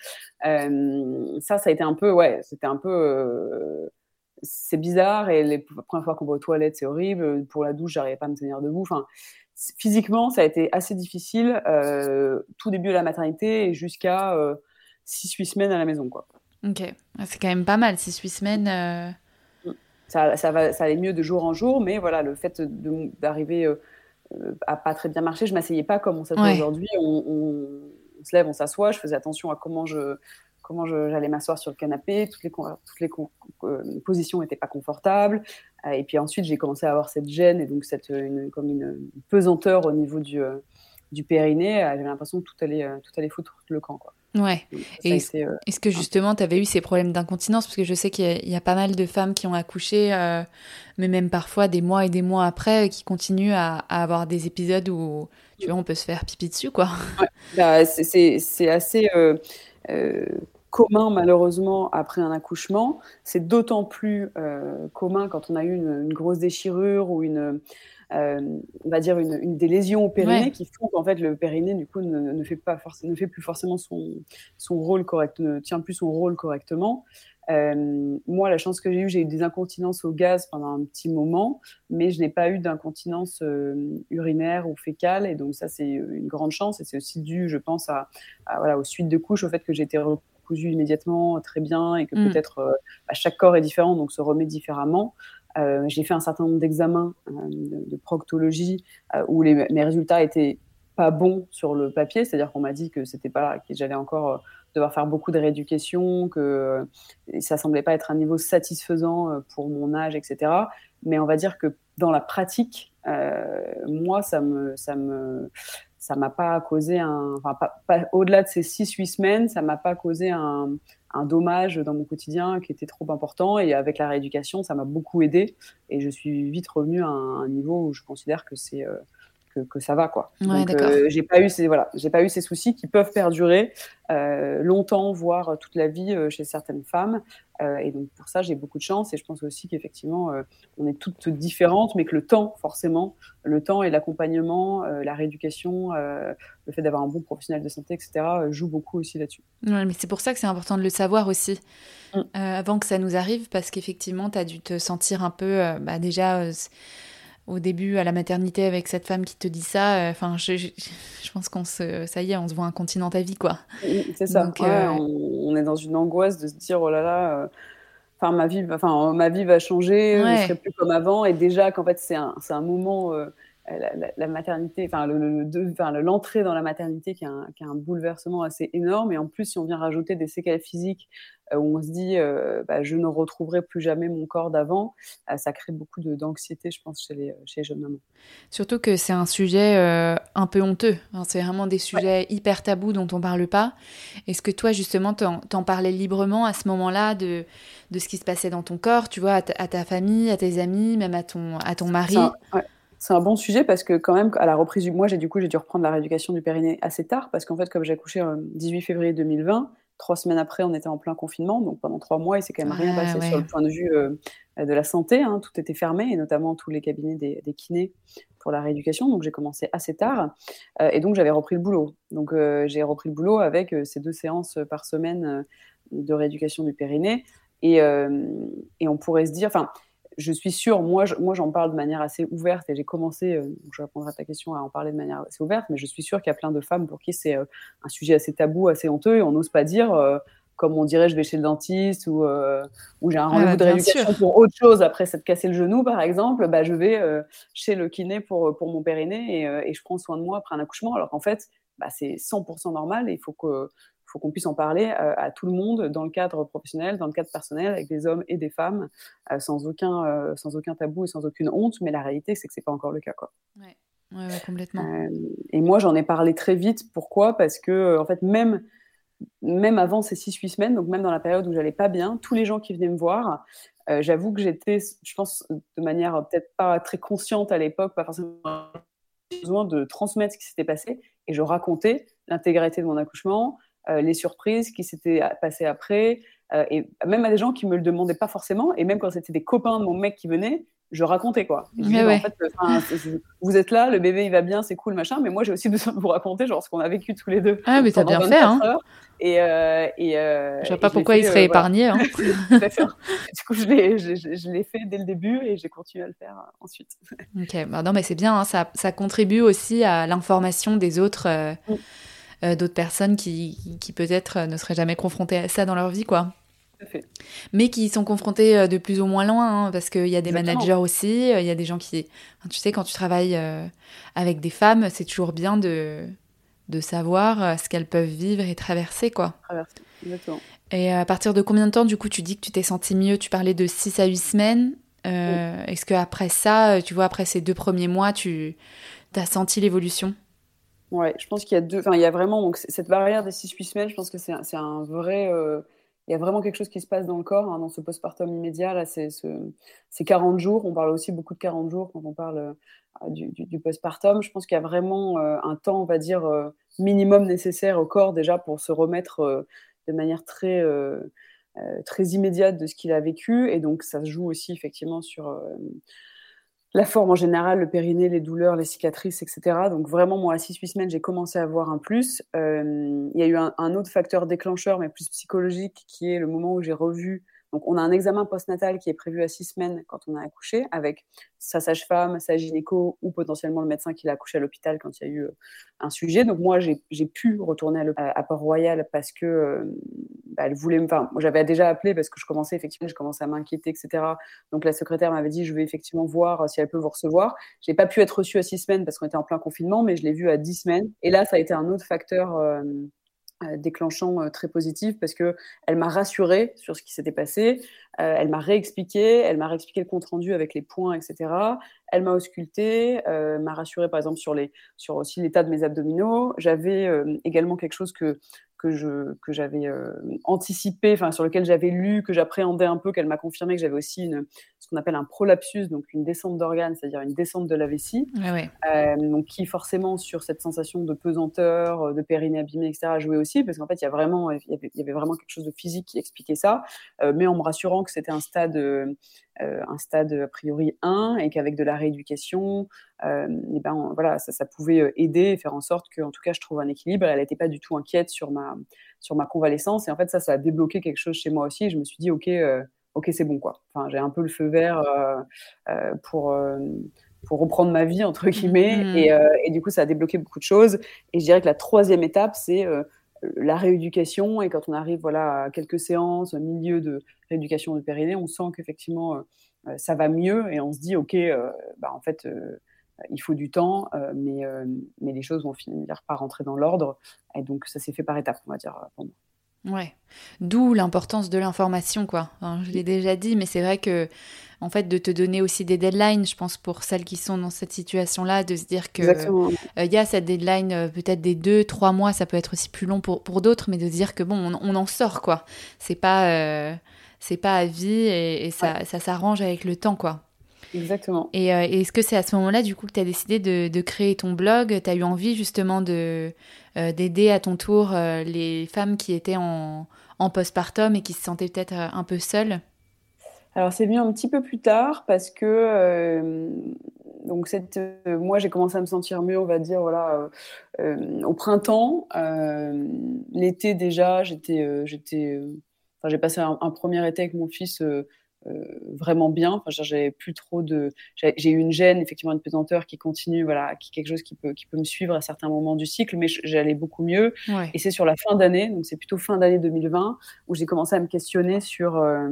Euh, ça, ça a été un peu, ouais, c'était un peu... Euh, c'est bizarre, et les premières fois qu'on va aux toilettes, c'est horrible, pour la douche, j'arrivais pas à me tenir debout, enfin... Physiquement, ça a été assez difficile, euh, tout début de la maternité et jusqu'à euh, six huit semaines à la maison, quoi. Ok, c'est quand même pas mal, six huit semaines. Euh... Ça, ça, va, ça allait mieux de jour en jour, mais voilà, le fait de, d'arriver euh, à pas très bien marcher, je m'asseyais pas comme on s'assied ouais. aujourd'hui. On, on, on se lève, on s'assoit, je faisais attention à comment je... comment je, j'allais m'asseoir sur le canapé, toutes les, toutes les euh, positions n'étaient pas confortables. Euh, et puis ensuite, j'ai commencé à avoir cette gêne et donc cette, une, comme une, une pesanteur au niveau du, euh, du périnée. Euh, j'avais l'impression que tout allait, euh, tout allait foutre le camp, quoi. Ouais. Donc, et est-ce, été, euh, est-ce que justement, tu avais eu ces problèmes d'incontinence ? Parce que je sais qu'il y a, il y a pas mal de femmes qui ont accouché, euh, mais même parfois des mois et des mois après, qui continuent à, à avoir des épisodes où, tu vois, on peut se faire pipi dessus, quoi. Ouais. Bah, c'est, c'est, c'est assez... Euh, euh, commun malheureusement après un accouchement. C'est d'autant plus euh, commun quand on a eu une, une grosse déchirure ou une, euh, on va dire une, une des lésions au périnée ouais. qui font qu'en fait le périnée du coup ne, ne fait pas forcément, ne fait plus forcément son, son rôle correct, ne tient plus son rôle correctement. Euh, moi, la chance que j'ai eue, j'ai eu des incontinences au gaz pendant un petit moment, mais je n'ai pas eu d'incontinence euh, urinaire ou fécale, et donc ça c'est une grande chance, et c'est aussi dû, je pense, à, à voilà, aux suites de couches, au fait que j'ai été cousu immédiatement très bien et que mmh. peut-être euh, bah, chaque corps est différent, donc se remet différemment. Euh, j'ai fait un certain nombre d'examens euh, de, de proctologie euh, où les, mes résultats étaient pas bons sur le papier, c'est-à-dire qu'on m'a dit que c'était pas, que j'allais encore euh, devoir faire beaucoup de rééducation, que euh, ça semblait pas être un niveau satisfaisant euh, pour mon âge, et cetera. Mais on va dire que dans la pratique, euh, moi, ça me, ça me ça m'a pas causé un, enfin pas, pas au-delà de ces six huit semaines, ça m'a pas causé un, un dommage dans mon quotidien qui était trop important, et avec la rééducation, ça m'a beaucoup aidé, et je suis vite revenue à un, un niveau où je considère que c'est euh, que, que ça va, quoi. Ouais, donc d'accord. Euh, j'ai pas eu ces voilà, j'ai pas eu ces soucis qui peuvent perdurer euh, longtemps, voire toute la vie euh, chez certaines femmes. Euh, et donc pour ça, j'ai beaucoup de chance, et je pense aussi qu'effectivement, euh, on est toutes différentes, mais que le temps, forcément, le temps et l'accompagnement, euh, la rééducation, euh, le fait d'avoir un bon professionnel de santé, et cetera, euh, joue beaucoup aussi là-dessus. Ouais, mais c'est pour ça que c'est important de le savoir aussi, mm. euh, avant que ça nous arrive, parce qu'effectivement, tu as dû te sentir un peu, euh, bah déjà, euh, au début, à la maternité, avec cette femme qui te dit ça, enfin, euh, je, je, je pense qu'on se, ça y est, on se voit incontinent à vie, quoi. C'est ça, donc, ouais, euh... on, on est dans une angoisse de se dire, oh là là... Euh... enfin ma vie, enfin ma vie va changer, ouais. je serai plus comme avant, et déjà qu'en fait c'est un, c'est un moment, euh, la, la, la maternité, enfin le, le, le, enfin l'entrée dans la maternité qui a, un, qui a un bouleversement assez énorme, et en plus si on vient rajouter des séquelles physiques euh, où on se dit euh, bah, je ne retrouverai plus jamais mon corps d'avant, euh, ça crée beaucoup de, d'anxiété, je pense, chez les, chez les jeunes mamans. Surtout que c'est un sujet euh, un peu honteux. Enfin, c'est vraiment des sujets ouais. hyper tabous dont on parle pas. Est-ce que toi, justement, t'en, t'en parlais librement à ce moment-là de, de ce qui se passait dans ton corps, tu vois, à ta, à ta famille, à tes amis, même à ton, à ton mari? C'est un, ouais. C'est un bon sujet parce que quand même, à la reprise du mois, j'ai du coup j'ai dû reprendre la rééducation du périnée assez tard parce qu'en fait, comme j'ai accouché le dix-huit février deux mille vingt, trois semaines après, on était en plein confinement, donc pendant trois mois, il s'est quand même rien ah, passé ouais. sur le point de vue euh, de la santé, hein, tout était fermé, et notamment tous les cabinets des, des kinés pour la rééducation, donc j'ai commencé assez tard, euh, et donc j'avais repris le boulot. Donc euh, j'ai repris le boulot avec euh, ces deux séances par semaine euh, de rééducation du périnée, et, euh, et on pourrait se dire, enfin, je suis sûre, moi, je, moi j'en parle de manière assez ouverte, et j'ai commencé, euh, je répondrai à ta question, à en parler de manière assez ouverte, mais je suis sûre qu'il y a plein de femmes pour qui c'est euh, un sujet assez tabou, assez honteux, et on n'ose pas dire, euh, comme on dirait, je vais chez le dentiste, ou, euh, ou j'ai un rendez-vous ah bah, de rééducation sûr. Pour autre chose, après s'être cassé le genou par exemple, bah, je vais euh, chez le kiné pour, pour mon périnée, et, euh, et je prends soin de moi après un accouchement, alors qu'en fait, bah, c'est cent pour cent normal, et il faut que... Il faut qu'on puisse en parler euh, à tout le monde dans le cadre professionnel, dans le cadre personnel, avec des hommes et des femmes, euh, sans, aucun, euh, sans aucun tabou et sans aucune honte. Mais la réalité, c'est que ce n'est pas encore le cas, quoi. Ouais, ouais, ouais complètement. Euh, et moi, j'en ai parlé très vite. Pourquoi ? Parce que, en fait, même, même avant ces six huit semaines, donc même dans la période où j'allais pas bien, tous les gens qui venaient me voir, euh, j'avoue que j'étais, je pense, de manière peut-être pas très consciente à l'époque, pas forcément besoin de transmettre ce qui s'était passé. Et je racontais l'intégralité de mon accouchement, Euh, les surprises qui s'étaient passées après, euh, et même à des gens qui me le demandaient pas forcément, et même quand c'était des copains de mon mec qui venaient, je racontais quoi. Et je disais, ouais. en fait, euh, vous êtes là, le bébé il va bien, c'est cool machin, mais moi j'ai aussi besoin de vous raconter genre ce qu'on a vécu tous les deux. Ah mais t'as bien fait hein. Heures, et euh, et euh, je vois pas pourquoi fait, il serait euh, épargné. Voilà. Hein. Du coup je l'ai, je, je, je l'ai fait dès le début et j'ai continué à le faire euh, ensuite. Ok, bah non mais c'est bien, hein, ça, ça contribue aussi à l'information des autres. Euh... Mm. Euh, d'autres personnes qui, qui peut-être euh, ne seraient jamais confrontées à ça dans leur vie, quoi. Tout à fait. Mais qui sont confrontées euh, de plus ou moins loin, hein, parce qu'il y a des Exactement. Managers aussi, il euh, y a des gens qui... Enfin, tu sais, quand tu travailles euh, avec des femmes, c'est toujours bien de, de savoir euh, ce qu'elles peuvent vivre et traverser, quoi. Traverser, exactement. Et à partir de combien de temps, du coup, tu dis que tu t'es sentie mieux ? Tu parlais de six à huit semaines. Euh, oui. Est-ce qu'après ça, tu vois, après ces deux premiers mois, tu as senti l'évolution ? Ouais, je pense qu'il y a deux, enfin il y a vraiment donc cette barrière des six huit semaines, je pense que c'est un, c'est un vrai, euh, il y a vraiment quelque chose qui se passe dans le corps, hein, dans ce postpartum immédiat là, c'est ce, ces quarante jours, on parle aussi beaucoup de quarante jours quand on parle euh, du, du, du postpartum. Je pense qu'il y a vraiment euh, un temps, on va dire euh, minimum nécessaire au corps déjà pour se remettre euh, de manière très euh, euh, très immédiate de ce qu'il a vécu, et donc ça se joue aussi effectivement sur euh, la forme en général, le périnée, les douleurs, les cicatrices, et cetera. Donc vraiment, moi, à six huit semaines, j'ai commencé à voir un plus. Euh, il y a eu un, un autre facteur déclencheur, mais plus psychologique, qui est le moment où j'ai revu... Donc on a un examen postnatal qui est prévu à six semaines quand on a accouché, avec sa sage-femme, sa gynéco, ou potentiellement le médecin qui l'a accouché à l'hôpital quand il y a eu un sujet. Donc moi, j'ai, j'ai pu retourner à, à Port-Royal parce que euh, bah, elle voulait... Enfin, moi, j'avais déjà appelé parce que je commençais effectivement, je commençais à m'inquiéter, et cetera. Donc la secrétaire m'avait dit, je vais effectivement voir si elle peut vous recevoir. J'ai pas pu être reçue à six semaines parce qu'on était en plein confinement, mais je l'ai vue à dix semaines. Et là, ça a été un autre facteur euh, euh, déclenchant euh, très positif parce que elle m'a rassurée sur ce qui s'était passé. Euh, elle m'a réexpliqué, elle m'a réexpliqué le compte rendu avec les points, et cetera. Elle m'a auscultée, euh, m'a rassurée par exemple sur les, sur aussi l'état de mes abdominaux. J'avais euh, également quelque chose que que je que j'avais euh, anticipé, enfin sur lequel j'avais lu, que j'appréhendais un peu, qu'elle m'a confirmé que j'avais aussi une ce qu'on appelle un prolapsus, donc une descente d'organes, c'est-à-dire une descente de la vessie, ouais, ouais. Euh, donc qui forcément sur cette sensation de pesanteur, de périnée abîmé, et cetera, jouait aussi, parce qu'en fait il y a vraiment il y avait, il y avait vraiment quelque chose de physique qui expliquait ça, euh, mais en me rassurant que c'était un stade euh, un stade a priori un et qu'avec de la rééducation, euh, et ben voilà ça, ça pouvait aider et faire en sorte que en tout cas je trouve un équilibre. Elle n'était pas du tout inquiète sur ma sur ma convalescence, et en fait ça ça a débloqué quelque chose chez moi aussi, et je me suis dit ok euh, ok c'est bon quoi, enfin j'ai un peu le feu vert euh, euh, pour euh, pour reprendre ma vie entre guillemets, mmh. et, euh, et du coup ça a débloqué beaucoup de choses, et je dirais que la troisième étape c'est euh, la rééducation. Et quand on arrive voilà, à quelques séances, au milieu de rééducation de périnée, on sent qu'effectivement, euh, ça va mieux et on se dit, OK, euh, bah, en fait, euh, il faut du temps, euh, mais, euh, mais les choses vont finir par rentrer dans l'ordre. Et donc, ça s'est fait par étapes, on va dire, pour moi. Ouais, d'où l'importance de l'information, quoi. Enfin, je l'ai déjà dit, mais c'est vrai que, en fait, de te donner aussi des deadlines, je pense pour celles qui sont dans cette situation-là, de se dire que Exactement. il euh, y a cette deadline, euh, peut-être des deux, trois mois, ça peut être aussi plus long pour pour d'autres, mais de se dire que bon, on, on en sort, quoi. C'est pas euh, c'est pas à vie et, et ça Ouais. ça s'arrange avec le temps, quoi. Exactement. Et, euh, et est-ce que c'est à ce moment-là, du coup, que tu as décidé de, de créer ton blog? Tu as eu envie, justement, de, euh, d'aider à ton tour euh, les femmes qui étaient en, en postpartum et qui se sentaient peut-être euh, un peu seules? Alors, c'est venu un petit peu plus tard parce que euh, donc cette, euh, moi, j'ai commencé à me sentir mieux, on va dire, voilà, euh, euh, au printemps. Euh, l'été, déjà, j'étais, euh, j'étais, euh, enfin, j'ai passé un, un premier été avec mon fils euh, euh, vraiment bien. Enfin, j'avais plus trop de, j'ai, j'ai eu une gêne, effectivement, une pesanteur qui continue, voilà, qui est quelque chose qui peut, qui peut me suivre à certains moments du cycle, mais j'allais beaucoup mieux. Ouais. Et c'est sur la fin d'année, donc c'est plutôt fin d'année deux mille vingt, où j'ai commencé à me questionner sur euh,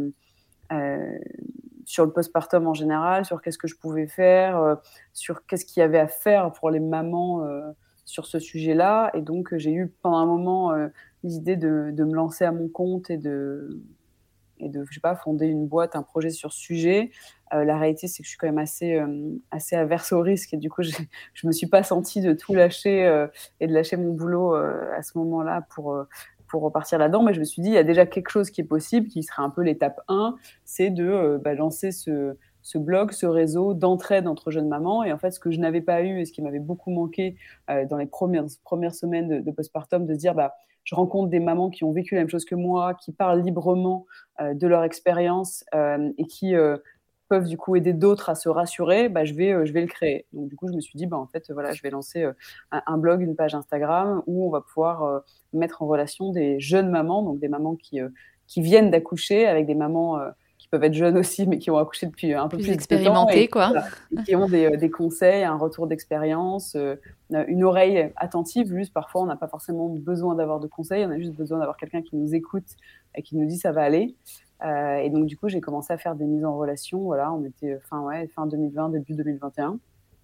euh, sur le postpartum en général, sur qu'est-ce que je pouvais faire, euh, sur qu'est-ce qu'il y avait à faire pour les mamans euh, sur ce sujet-là. Et donc, j'ai eu pendant un moment euh, l'idée de, de me lancer à mon compte et de, et de, je sais pas, fonder une boîte, un projet sur ce sujet. Euh, la réalité, c'est que je suis quand même assez, euh, assez averse au risque et du coup, je ne me suis pas sentie de tout lâcher euh, et de lâcher mon boulot euh, à ce moment-là pour, euh, pour repartir là-dedans. Mais je me suis dit, il y a déjà quelque chose qui est possible, qui serait un peu l'étape un, c'est de euh, bah, lancer ce, ce blog, ce réseau d'entraide entre jeunes mamans. Et en fait, ce que je n'avais pas eu et ce qui m'avait beaucoup manqué euh, dans les premières, premières semaines de, de postpartum, de se dire, bah, je rencontre des mamans qui ont vécu la même chose que moi, qui parlent librement euh, de leur expérience euh, et qui euh, peuvent du coup aider d'autres à se rassurer, bah, je, vais, euh, je vais le créer. Donc du coup, je me suis dit, bah, en fait, voilà, je vais lancer euh, un, un blog, une page Instagram où on va pouvoir euh, mettre en relation des jeunes mamans, donc des mamans qui, euh, qui viennent d'accoucher avec des mamans euh, qui peuvent être jeunes aussi, mais qui ont accouché depuis un peu Plus plus de temps expérimenté, et, quoi. voilà, et qui ont des, des conseils, un retour d'expérience, euh, une oreille attentive. Juste parfois, on n'a pas forcément besoin d'avoir de conseils, on a juste besoin d'avoir quelqu'un qui nous écoute et qui nous dit ça va aller. Euh, et donc, du coup, j'ai commencé à faire des mises en relation. Voilà, on était fin, ouais, fin deux mille vingt, début deux mille vingt et un,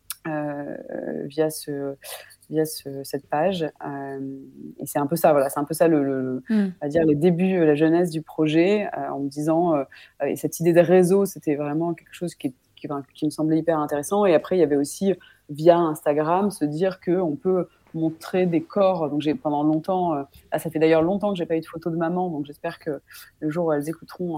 euh, via, ce, via ce, cette page. Euh, et c'est un peu ça, voilà, c'est un peu ça le, le, mm. on va dire, les débuts, la jeunesse du projet, euh, en me disant, euh, et cette idée de réseau, c'était vraiment quelque chose qui, qui, qui me semblait hyper intéressant. Et après, il y avait aussi, via Instagram, se dire qu'on peut montrer des corps. Donc j'ai pendant longtemps, euh, ah, ça fait d'ailleurs longtemps que j'ai pas eu de photos de maman, donc j'espère que le jour où elles écouteront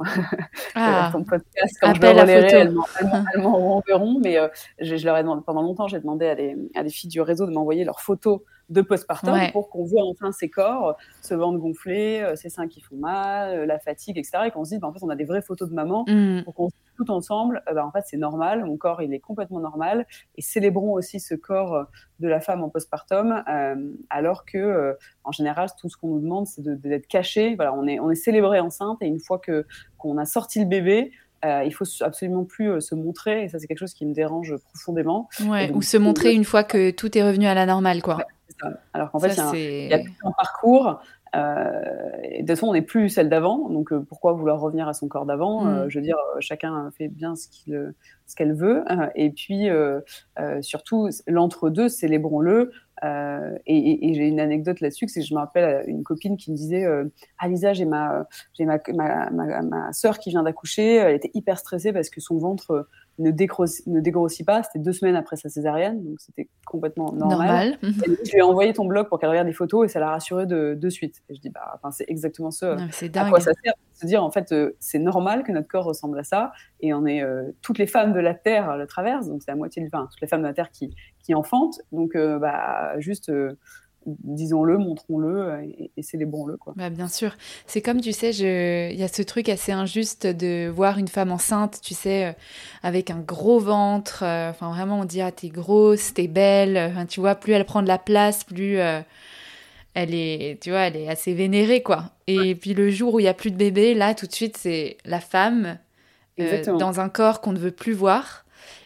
ah, ton podcast, quand je le relayerai, elles, elles, elles m'en enverront. Mais euh, je, je leur ai demandé, pendant longtemps, j'ai demandé à des, à des filles du réseau de m'envoyer leurs photos de postpartum ouais. pour qu'on voit enfin ces corps, ce ventre gonflé, ces seins qui font mal, la fatigue, et cetera. Et qu'on se dise, bah, en fait, on a des vraies photos de maman mm. pour qu'on se dise tout ensemble, bah, en fait, c'est normal, mon corps, il est complètement normal. Et célébrons aussi ce corps de la femme en postpartum, euh, alors que, euh, en général, tout ce qu'on nous demande, c'est de, de, d'être caché. Voilà, on est, on est célébré enceinte et une fois que, qu'on a sorti le bébé, Euh, il faut absolument plus euh, se montrer, et ça c'est quelque chose qui me dérange profondément. Ouais, donc, ou se montrer une fois que tout est revenu à la normale, quoi. Ouais, c'est ça. Alors qu'en ça, fait, il y, y a tout un parcours. Euh, et de toute façon, on n'est plus celle d'avant, donc euh, pourquoi vouloir revenir à son corps d'avant mm. euh, Je veux dire, chacun fait bien ce, qu'il, ce qu'elle veut. Euh, et puis, euh, euh, surtout, l'entre-deux, célébrons-le. Euh, et, et, et j'ai une anecdote là-dessus, c'est que je me rappelle une copine qui me disait euh, ah Lisa, j'ai ma j'ai ma ma, ma, ma sœur qui vient d'accoucher, elle était hyper stressée parce que son ventre ne dégrossit, ne dégrossit pas, c'était deux semaines après sa césarienne, donc c'était complètement normal. normal. Et je lui ai envoyé ton blog pour qu'elle regarde les photos et ça l'a rassurée de, de suite. Et je dis bah enfin c'est exactement ce non, c'est à quoi ça sert, se dire en fait euh, c'est normal que notre corps ressemble à ça et on est euh, toutes les femmes de la terre le traversent, donc c'est la moitié du enfin toutes les femmes de la terre qui qui enfantent, donc euh, bah juste euh, disons-le, montrons-le et, et célébrons-le, quoi. Bah, bien sûr. C'est comme, tu sais, je... il y a ce truc assez injuste de voir une femme enceinte, tu sais, euh, avec un gros ventre. Euh, enfin, vraiment, on dit, ah, t'es grosse, t'es belle. Enfin, tu vois, plus elle prend de la place, plus euh, elle est, tu vois, elle est assez vénérée, quoi. Et ouais. puis le jour où il n'y a plus de bébé, là, tout de suite, c'est la femme euh, dans un corps qu'on ne veut plus voir.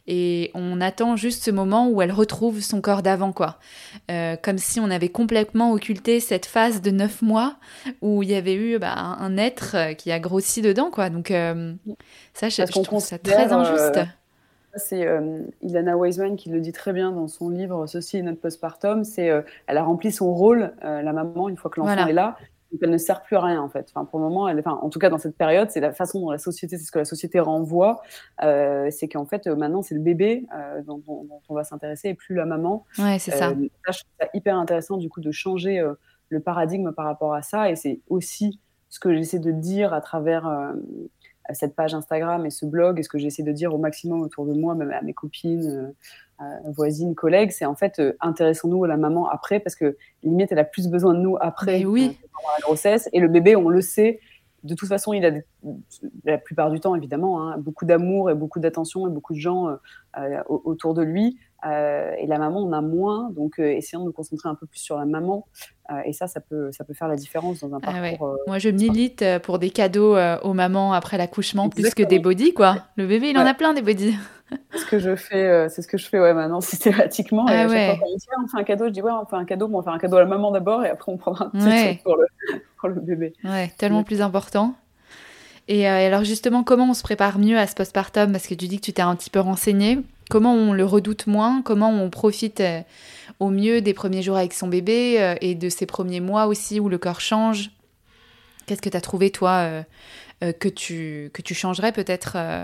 et on attend juste ce moment où elle retrouve son corps d'avant, quoi. Euh, comme si on avait complètement occulté cette phase de neuf mois où il y avait eu bah, un, un être qui a grossi dedans, quoi. Donc euh, ça, je, je trouve ça très injuste. Euh... C'est euh, Ilana Wiseman qui le dit très bien dans son livre Ceci est notre postpartum. C'est, euh, elle a rempli son rôle, euh, la maman, une fois que l'enfant voilà. est là. Donc elle ne sert plus à rien en fait. Enfin, pour le moment, elle, enfin, en tout cas dans cette période, c'est la façon dont la société, c'est ce que la société renvoie. Euh, c'est qu'en fait, euh, maintenant, c'est le bébé euh, dont, dont, dont on va s'intéresser et plus la maman. Ouais, c'est ça. Euh, ça. Je trouve ça hyper intéressant du coup de changer euh, le paradigme par rapport à ça. Et c'est aussi ce que j'essaie de dire à travers euh, cette page Instagram et ce blog, et ce que j'essaie de dire au maximum autour de moi, même à mes copines, euh, voisines, collègues, c'est en fait euh, intéressons-nous à la maman après, parce que limite elle a plus besoin de nous après oui. euh, pendant la grossesse, et le bébé, on le sait, de toute façon il a des, la plupart du temps évidemment hein, beaucoup d'amour et beaucoup d'attention et beaucoup de gens euh, euh, autour de lui, euh, et la maman on a moins, donc euh, essayons de nous concentrer un peu plus sur la maman, euh, et ça ça peut, ça peut faire la différence dans un parcours. Ah ouais. euh, Moi je milite pour des cadeaux euh, aux mamans après l'accouchement. Exactement. Plus que des bodys, quoi. Le bébé il ouais. en a plein des bodys. C'est ce que je fais, euh, c'est ce que je fais ouais, maintenant systématiquement. Ah et à chaque ouais. fois qu'on me dit on fait un cadeau, je dis ouais on fait un cadeau, mais on fait un cadeau à la maman d'abord et après on prendra un petit ouais. truc pour le, pour le bébé. Ouais, tellement ouais. plus important. Et euh, alors justement, comment on se prépare mieux à ce postpartum? Parce que tu dis que tu t'es un petit peu renseignée. Comment on le redoute moins? Comment on profite euh, au mieux des premiers jours avec son bébé euh, et de ces premiers mois aussi où le corps change? Qu'est-ce que tu as trouvé, toi, euh, euh, que, tu, que tu changerais peut-être euh...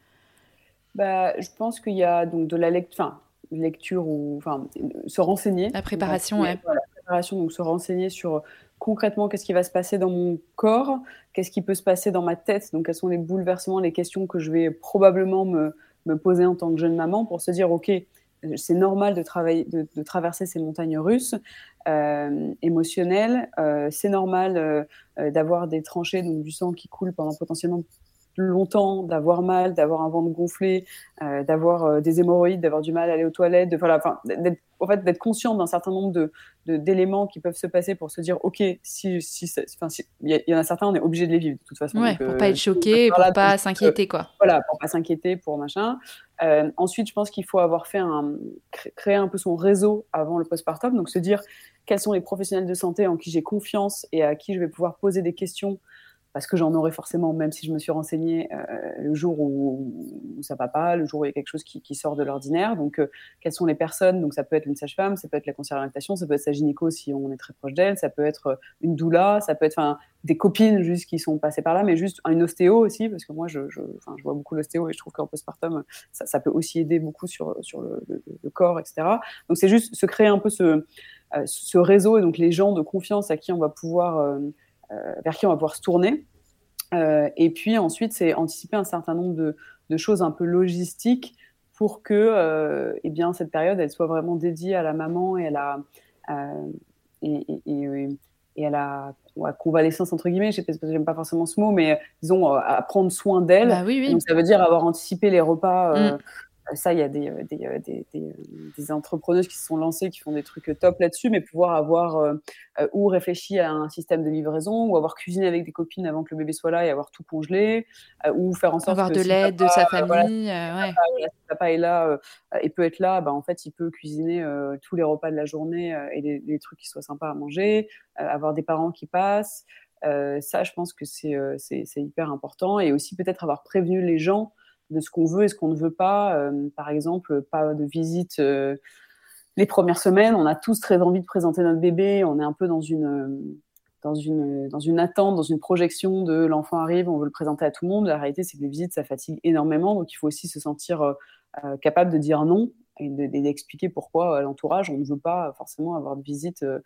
bah, je pense qu'il y a donc de la lecture, enfin, lecture ou enfin, se renseigner. La préparation, donc, ouais. Voilà, la préparation, donc se renseigner sur concrètement qu'est-ce qui va se passer dans mon corps, qu'est-ce qui peut se passer dans ma tête, donc quels sont les bouleversements, les questions que je vais probablement me, me poser en tant que jeune maman pour se dire ok, c'est normal de, travailler, de, de traverser ces montagnes russes euh, émotionnelles, euh, c'est normal euh, d'avoir des tranchées, donc du sang qui coule pendant potentiellement longtemps, d'avoir mal, d'avoir un ventre gonflé, euh, d'avoir euh, des hémorroïdes, d'avoir du mal à aller aux toilettes, de, voilà, enfin, d'être, en fait, d'être conscient d'un certain nombre de, de, d'éléments qui peuvent se passer pour se dire, ok, si, si, enfin, si, il y, y en a certains, on est obligé de les vivre de toute façon. Ouais, donc, pour euh, pas être choqué, pour là, pas donc, s'inquiéter, quoi. Euh, voilà, pour pas s'inquiéter, pour machin. Euh, ensuite, je pense qu'il faut avoir fait un, créer un peu son réseau avant le postpartum, donc se dire quels sont les professionnels de santé en qui j'ai confiance et à qui je vais pouvoir poser des questions, parce que j'en aurai forcément, même si je me suis renseignée euh, le jour où, où ça va pas, le jour où il y a quelque chose qui, qui sort de l'ordinaire. Donc, euh, quelles sont les personnes? Donc, ça peut être une sage-femme, ça peut être la conseillère en lactation, ça peut être sa gynéco si on est très proche d'elle, ça peut être une doula, ça peut être des copines juste qui sont passées par là, mais juste une ostéo aussi, parce que moi, je, je, je vois beaucoup l'ostéo et je trouve qu'en postpartum, ça, ça peut aussi aider beaucoup sur, sur le, le, le corps, et cetera. Donc, c'est juste se créer un peu ce, euh, ce réseau et donc les gens de confiance à qui on va pouvoir... Euh, Euh, vers qui on va pouvoir se tourner. Euh, et puis ensuite, c'est anticiper un certain nombre de, de choses un peu logistiques pour que euh, eh bien, cette période, elle soit vraiment dédiée à la maman et à la, euh, et, et, et, et à la ouais, convalescence, entre guillemets. Je sais pas, j'aime pas forcément ce mot, mais disons, à prendre soin d'elle. Bah oui, oui. Donc, ça veut dire avoir anticipé les repas... Euh, mm. Ça, il y a des, des, des, des, des entrepreneuses qui se sont lancées, qui font des trucs top là-dessus, mais pouvoir avoir euh, ou réfléchi à un système de livraison, ou avoir cuisiné avec des copines avant que le bébé soit là et avoir tout congelé, euh, ou faire en sorte avoir que de si l'aide papa, de sa famille. Euh, voilà, si, ouais. papa, voilà, si papa est là euh, et peut être là, bah, en fait, il peut cuisiner euh, tous les repas de la journée euh, et les, les trucs qui soient sympas à manger, euh, avoir des parents qui passent. Euh, ça, je pense que c'est, euh, c'est, c'est hyper important. Et aussi peut-être avoir prévenu les gens de ce qu'on veut et ce qu'on ne veut pas. Euh, par exemple, pas de visite euh, les premières semaines. On a tous très envie de présenter notre bébé. On est un peu dans une, dans une, dans une attente, dans une projection de l'enfant arrive, on veut le présenter à tout le monde. La réalité, c'est que les visites, ça fatigue énormément. Donc, il faut aussi se sentir euh, capable de dire non et de, de, d'expliquer pourquoi à l'entourage, on ne veut pas forcément avoir de visite euh,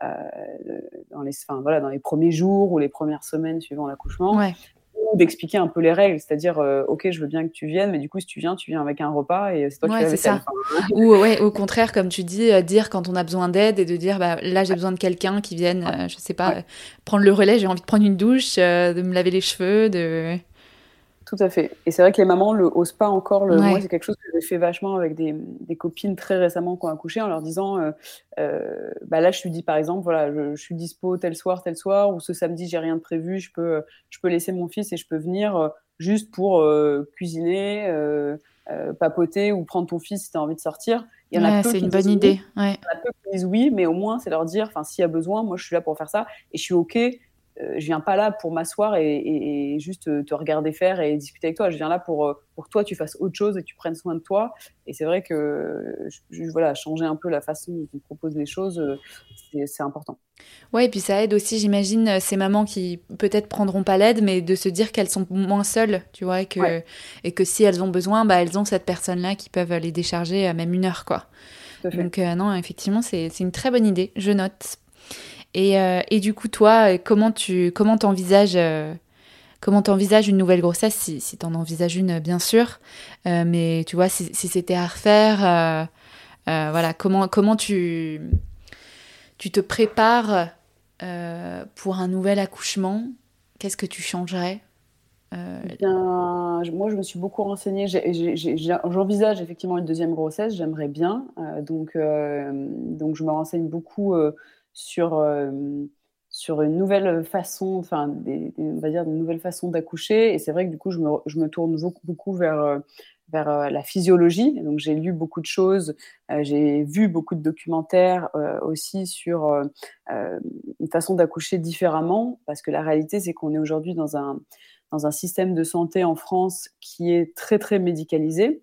dans, les, enfin, voilà, dans les premiers jours ou les premières semaines suivant l'accouchement. Ouais. Ou d'expliquer un peu les règles, c'est-à-dire euh, ok, je veux bien que tu viennes, mais du coup si tu viens, tu viens avec un repas et c'est toi ouais, qui fais la vaisselle. Enfin, ou ouais, au contraire, comme tu dis, euh, dire quand on a besoin d'aide et de dire bah là j'ai besoin de quelqu'un qui vienne, euh, je sais pas, ouais. euh, prendre le relais, j'ai envie de prendre une douche, euh, de me laver les cheveux, de. Tout à fait. Et c'est vrai que les mamans le osent pas encore. Le... Ouais. Moi, c'est quelque chose que j'ai fait vachement avec des, des copines très récemment qui ont accouché, en leur disant, euh, euh, bah là, je suis dit par exemple, voilà, je, je suis dispo tel soir, tel soir, ou ce samedi, j'ai rien de prévu, je peux, je peux laisser mon fils et je peux venir euh, juste pour euh, cuisiner, euh, euh, papoter ou prendre ton fils si tu as envie de sortir. Il y en ouais, a peu c'est qui une disent bonne oui. idée. Ouais. Il y en a peu qui disent oui, mais au moins, c'est leur dire, enfin, s'il y a besoin, moi, je suis là pour faire ça et je suis OK. Euh, je viens pas là pour m'asseoir et, et, et juste te regarder faire et discuter avec toi. Je viens là pour, pour que toi, tu fasses autre chose et que tu prennes soin de toi. Et c'est vrai que je, je, voilà, changer un peu la façon dont on propose les choses, c'est, c'est important. Ouais, et puis ça aide aussi, j'imagine, ces mamans qui peut-être prendront pas l'aide, mais de se dire qu'elles sont moins seules, tu vois, et que, ouais. et que si elles ont besoin, bah, elles ont cette personne-là qui peuvent les décharger à même une heure, quoi. Tout à fait. Donc euh, non, effectivement, c'est, c'est une très bonne idée, je note. Et, euh, et du coup, toi, comment tu comment t'envisages, euh, comment t'envisages une nouvelle grossesse, si, si t'en envisages une, bien sûr, euh, mais tu vois, si, si c'était à refaire, euh, euh, voilà, comment, comment tu, tu te prépares euh, pour un nouvel accouchement? Qu'est-ce que tu changerais? euh... Bien, moi, je me suis beaucoup renseignée. J'ai, j'ai, j'ai, j'envisage effectivement une deuxième grossesse. J'aimerais bien. Euh, donc, euh, donc, je me renseigne beaucoup euh, sur, euh, sur une nouvelle façon, enfin, des, des, on va dire, une nouvelle façon d'accoucher. Et c'est vrai que du coup, je me, je me tourne beaucoup, beaucoup vers, euh, vers euh, la physiologie. Donc, j'ai lu beaucoup de choses. Euh, j'ai vu beaucoup de documentaires euh, aussi sur euh, euh, une façon d'accoucher différemment. Parce que la réalité, c'est qu'on est aujourd'hui dans un dans un système de santé en France qui est très très médicalisé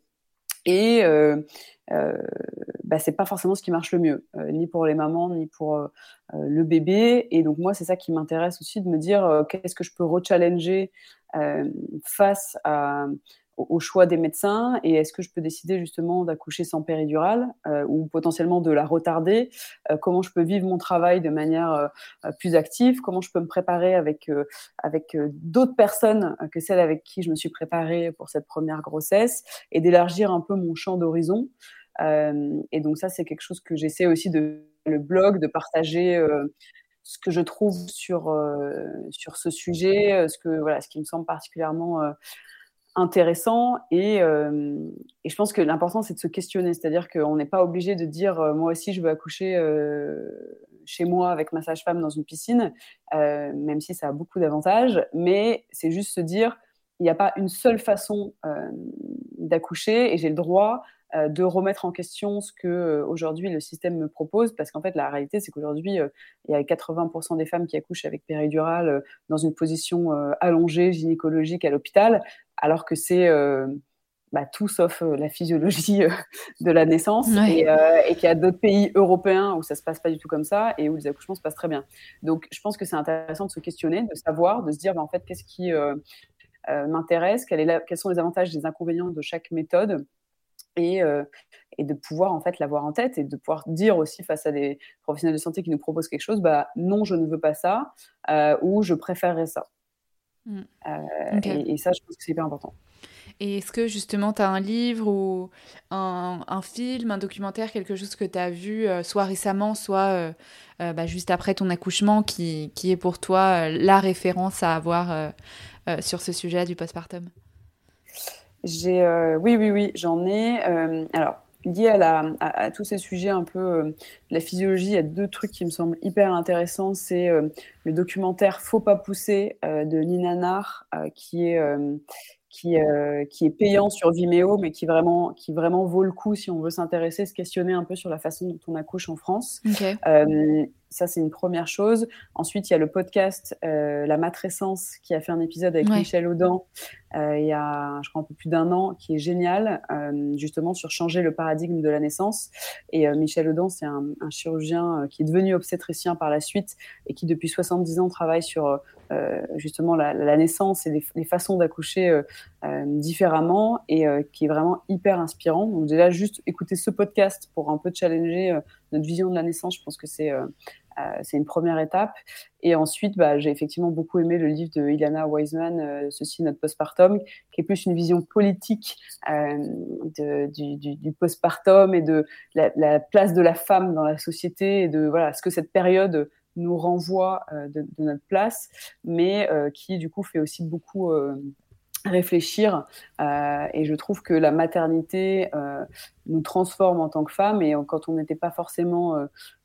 et euh, euh, bah, c'est pas forcément ce qui marche le mieux, euh, ni pour les mamans ni pour euh, le bébé. Et donc moi c'est ça qui m'intéresse aussi, de me dire euh, qu'est-ce que je peux rechallenger euh, face à au choix des médecins et est-ce que je peux décider justement d'accoucher sans péridurale euh, ou potentiellement de la retarder, euh, comment je peux vivre mon travail de manière euh, plus active, comment je peux me préparer avec, euh, avec euh, d'autres personnes que celles avec qui je me suis préparée pour cette première grossesse et d'élargir un peu mon champ d'horizon. Euh, et donc ça c'est quelque chose que j'essaie aussi de le blog, de partager euh, ce que je trouve sur, euh, sur ce sujet, ce, que, voilà, ce qui me semble particulièrement euh, intéressant et, euh, et je pense que l'important c'est de se questionner, c'est-à-dire qu'on n'est pas obligé de dire euh, moi aussi je veux accoucher euh, chez moi avec ma sage-femme dans une piscine, euh, même si ça a beaucoup d'avantages, mais c'est juste se dire il n'y a pas une seule façon euh, d'accoucher et j'ai le droit euh, de remettre en question ce que euh, aujourd'hui le système me propose, parce qu'en fait la réalité c'est qu'aujourd'hui euh, il y a quatre-vingts pour cent des femmes qui accouchent avec péridurale euh, dans une position euh, allongée gynécologique à l'hôpital, alors que c'est euh, bah, tout sauf euh, la physiologie euh, de la naissance, Ouais. et, euh, et qu'il y a d'autres pays européens où ça se passe pas du tout comme ça et où les accouchements se passent très bien. Donc je pense que c'est intéressant de se questionner, de savoir, de se dire bah, en fait qu'est-ce qui euh, euh, m'intéresse, quel est la, quels sont les avantages et les inconvénients de chaque méthode, et, euh, et de pouvoir en fait l'avoir en tête et de pouvoir dire aussi face à des professionnels de santé qui nous proposent quelque chose, bah non je ne veux pas ça euh, ou je préférerais ça. Mmh. Euh, Okay. et, et ça je pense que c'est hyper important. Et est-ce que justement tu as un livre ou un, un film, un documentaire, quelque chose que tu as vu euh, soit récemment, soit euh, euh, bah, juste après ton accouchement qui, qui est pour toi euh, la référence à avoir euh, euh, sur ce sujet du postpartum? J'ai, euh, oui, oui, oui, j'en ai. Euh, alors, lié à, la, à, à tous ces sujets un peu euh, de la physiologie, il y a deux trucs qui me semblent hyper intéressants. C'est euh, le documentaire Faut pas pousser euh, de Nina Nahr, euh, qui est euh, qui, euh, qui est payant sur Vimeo, mais qui vraiment, qui vraiment vaut le coup si on veut s'intéresser, se questionner un peu sur la façon dont on accouche en France. Okay. Euh, ça, c'est une première chose. Ensuite, il y a le podcast euh, La Matrescence, qui a fait un épisode avec Ouais. Michel Audin euh, il y a, je crois, un peu plus d'un an, qui est génial, euh, justement sur changer le paradigme de la naissance. Et euh, Michel Audin, c'est un, un chirurgien euh, qui est devenu obstétricien par la suite et qui, depuis soixante-dix ans, travaille sur euh, justement la, la naissance et les, les façons d'accoucher euh, euh, différemment, et euh, qui est vraiment hyper inspirant. Donc déjà, juste écouter ce podcast pour un peu challenger euh, notre vision de la naissance, je pense que c'est... Euh, Euh, c'est une première étape. Et ensuite, bah, j'ai effectivement beaucoup aimé le livre de Ilana Wiseman, euh, Ceci, notre postpartum, qui est plus une vision politique euh, de, du, du, du postpartum et de la, la place de la femme dans la société et de voilà, ce que cette période nous renvoie euh, de, de notre place, mais euh, qui du coup fait aussi beaucoup euh, réfléchir, euh, et je trouve que la maternité euh, nous transforme en tant que femme, et quand on n'était pas forcément euh,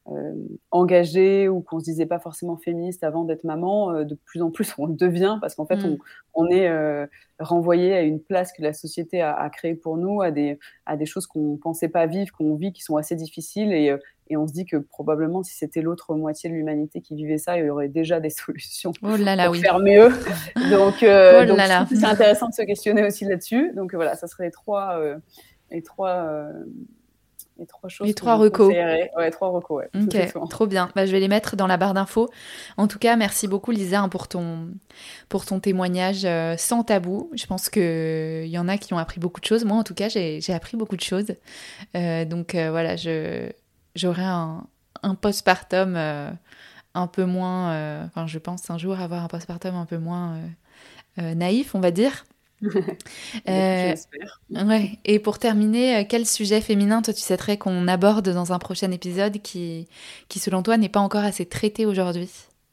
euh, engagées ou qu'on se disait pas forcément féministes avant d'être maman, euh, de plus en plus on le devient parce qu'en fait mmh. on, on est euh, renvoyé à une place que la société a, a créée pour nous, à des, à des choses qu'on pensait pas vivre, qu'on vit, qui sont assez difficiles et euh, Et on se dit que probablement, si c'était l'autre moitié de l'humanité qui vivait ça, il y aurait déjà des solutions oh là là, pour oui. faire mieux. Donc, euh, oh donc là là. c'est intéressant de se questionner aussi là-dessus. Donc voilà, ça serait les trois, euh, les trois, euh, les trois choses. Les trois recos. Ouais, trois recos, ouais. Ok, trop bien. Bah, je vais les mettre dans la barre d'infos. En tout cas, merci beaucoup Lisa hein, pour ton pour ton témoignage euh, sans tabou. Je pense que il y en a qui ont appris beaucoup de choses. Moi, en tout cas, j'ai j'ai appris beaucoup de choses. Euh, donc euh, voilà, je j'aurai un, un postpartum euh, un peu moins... Euh, enfin, je pense un jour avoir un postpartum un peu moins euh, euh, naïf, on va dire. euh, J'espère. Ouais. Et pour terminer, quel sujet féminin, toi, tu souhaiterais qu'on aborde dans un prochain épisode qui, qui selon toi, n'est pas encore assez traité aujourd'hui ?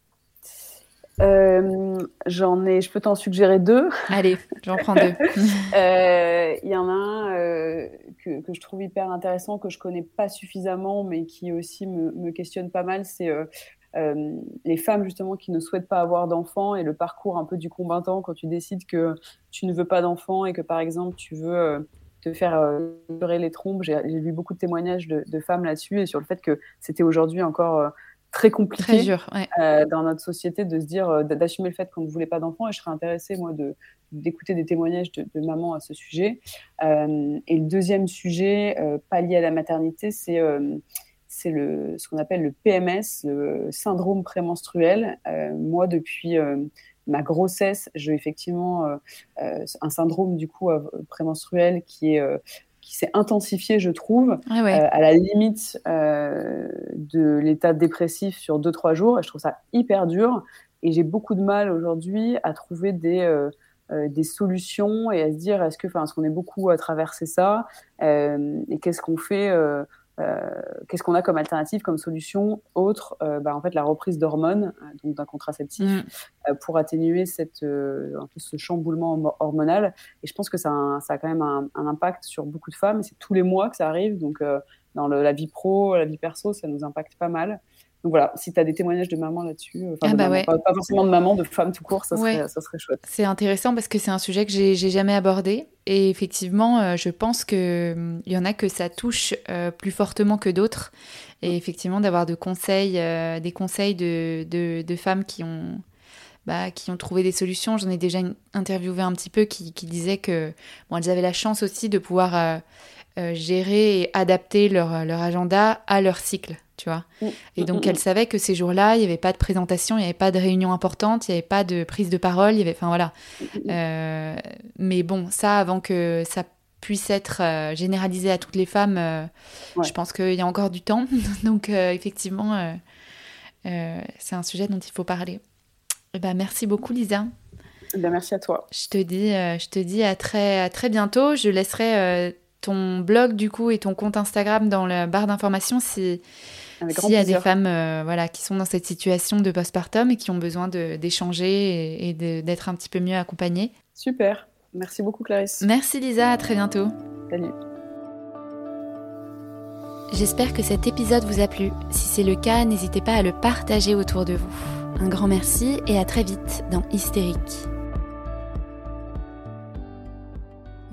Euh, j'en ai, je peux t'en suggérer deux. Allez, j'en prends deux. Il euh, y en a un euh, que, que je trouve hyper intéressant, que je connais pas suffisamment, mais qui aussi me, me questionne pas mal, c'est euh, euh, les femmes justement qui ne souhaitent pas avoir d'enfants et le parcours un peu du combattant quand tu décides que tu ne veux pas d'enfants et que par exemple tu veux euh, te faire livrer euh, les trompes. J'ai, j'ai lu beaucoup de témoignages de, de femmes là-dessus et sur le fait que c'était aujourd'hui encore euh, très compliqué très dur, ouais. euh, dans notre société de se dire, euh, d'assumer le fait qu'on ne voulait pas d'enfants. Et je serais intéressée, moi, de, d'écouter des témoignages de, de mamans à ce sujet. Euh, et le deuxième sujet, euh, pas lié à la maternité, c'est, euh, c'est le, ce qu'on appelle le P M S, le syndrome prémenstruel. Euh, moi, depuis euh, ma grossesse, j'ai effectivement euh, euh, un syndrome du coup euh, prémenstruel qui est... Euh, qui s'est intensifié, je trouve, ah ouais. euh, à la limite euh, de l'état dépressif sur deux trois jours. Et je trouve ça hyper dur. Et j'ai beaucoup de mal aujourd'hui à trouver des, euh, euh, des solutions et à se dire, est-ce, que, est-ce qu'on est beaucoup à traverser ça euh, et qu'est-ce qu'on fait euh, euh, qu'est-ce qu'on a comme alternative, comme solution autre euh, bah, en fait, la reprise d'hormones, donc d'un contraceptif, mmh. euh, pour atténuer cette, euh, un peu ce chamboulement hormonal. Et je pense que ça a, un, ça a quand même un, un impact sur beaucoup de femmes. C'est tous les mois que ça arrive, donc euh, dans le, la vie pro, la vie perso, ça nous impacte pas mal. Donc voilà, si tu as des témoignages de maman là-dessus, enfin ah bah maman, ouais. pas, pas forcément de maman, de femme tout court, ça, ouais. serait, ça serait chouette. C'est intéressant parce que c'est un sujet que j'ai, j'ai jamais abordé. Et effectivement, euh, je pense qu'il euh, y en a que ça touche euh, plus fortement que d'autres. Et effectivement, d'avoir de conseils, euh, des conseils de, de, de femmes qui ont, bah, qui ont trouvé des solutions. J'en ai déjà interviewé un petit peu qui, qui disaient que bon, elles avaient la chance aussi de pouvoir euh, euh, gérer et adapter leur, leur agenda à leur cycle. Tu vois. Et donc, elle savait que ces jours-là, il n'y avait pas de présentation, il n'y avait pas de réunion importante, il n'y avait pas de prise de parole, il y avait... Enfin, voilà. Euh, mais bon, ça, avant que ça puisse être euh, généralisé à toutes les femmes, euh, ouais. je pense qu'il y a encore du temps. Donc, euh, effectivement, euh, euh, c'est un sujet dont il faut parler. Et ben, merci beaucoup, Lisa. Et ben, merci à toi. Je te dis, euh, je te dis à, très, à très bientôt. Je laisserai euh, ton blog, du coup, et ton compte Instagram dans la barre d'informations si... S'il y a des femmes euh, voilà, qui sont dans cette situation de postpartum et qui ont besoin de, d'échanger et, et de, d'être un petit peu mieux accompagnées. Super. Merci beaucoup, Clarisse. Merci, Lisa. À très bientôt. Salut. J'espère que cet épisode vous a plu. Si c'est le cas, n'hésitez pas à le partager autour de vous. Un grand merci et à très vite dans Hystérique.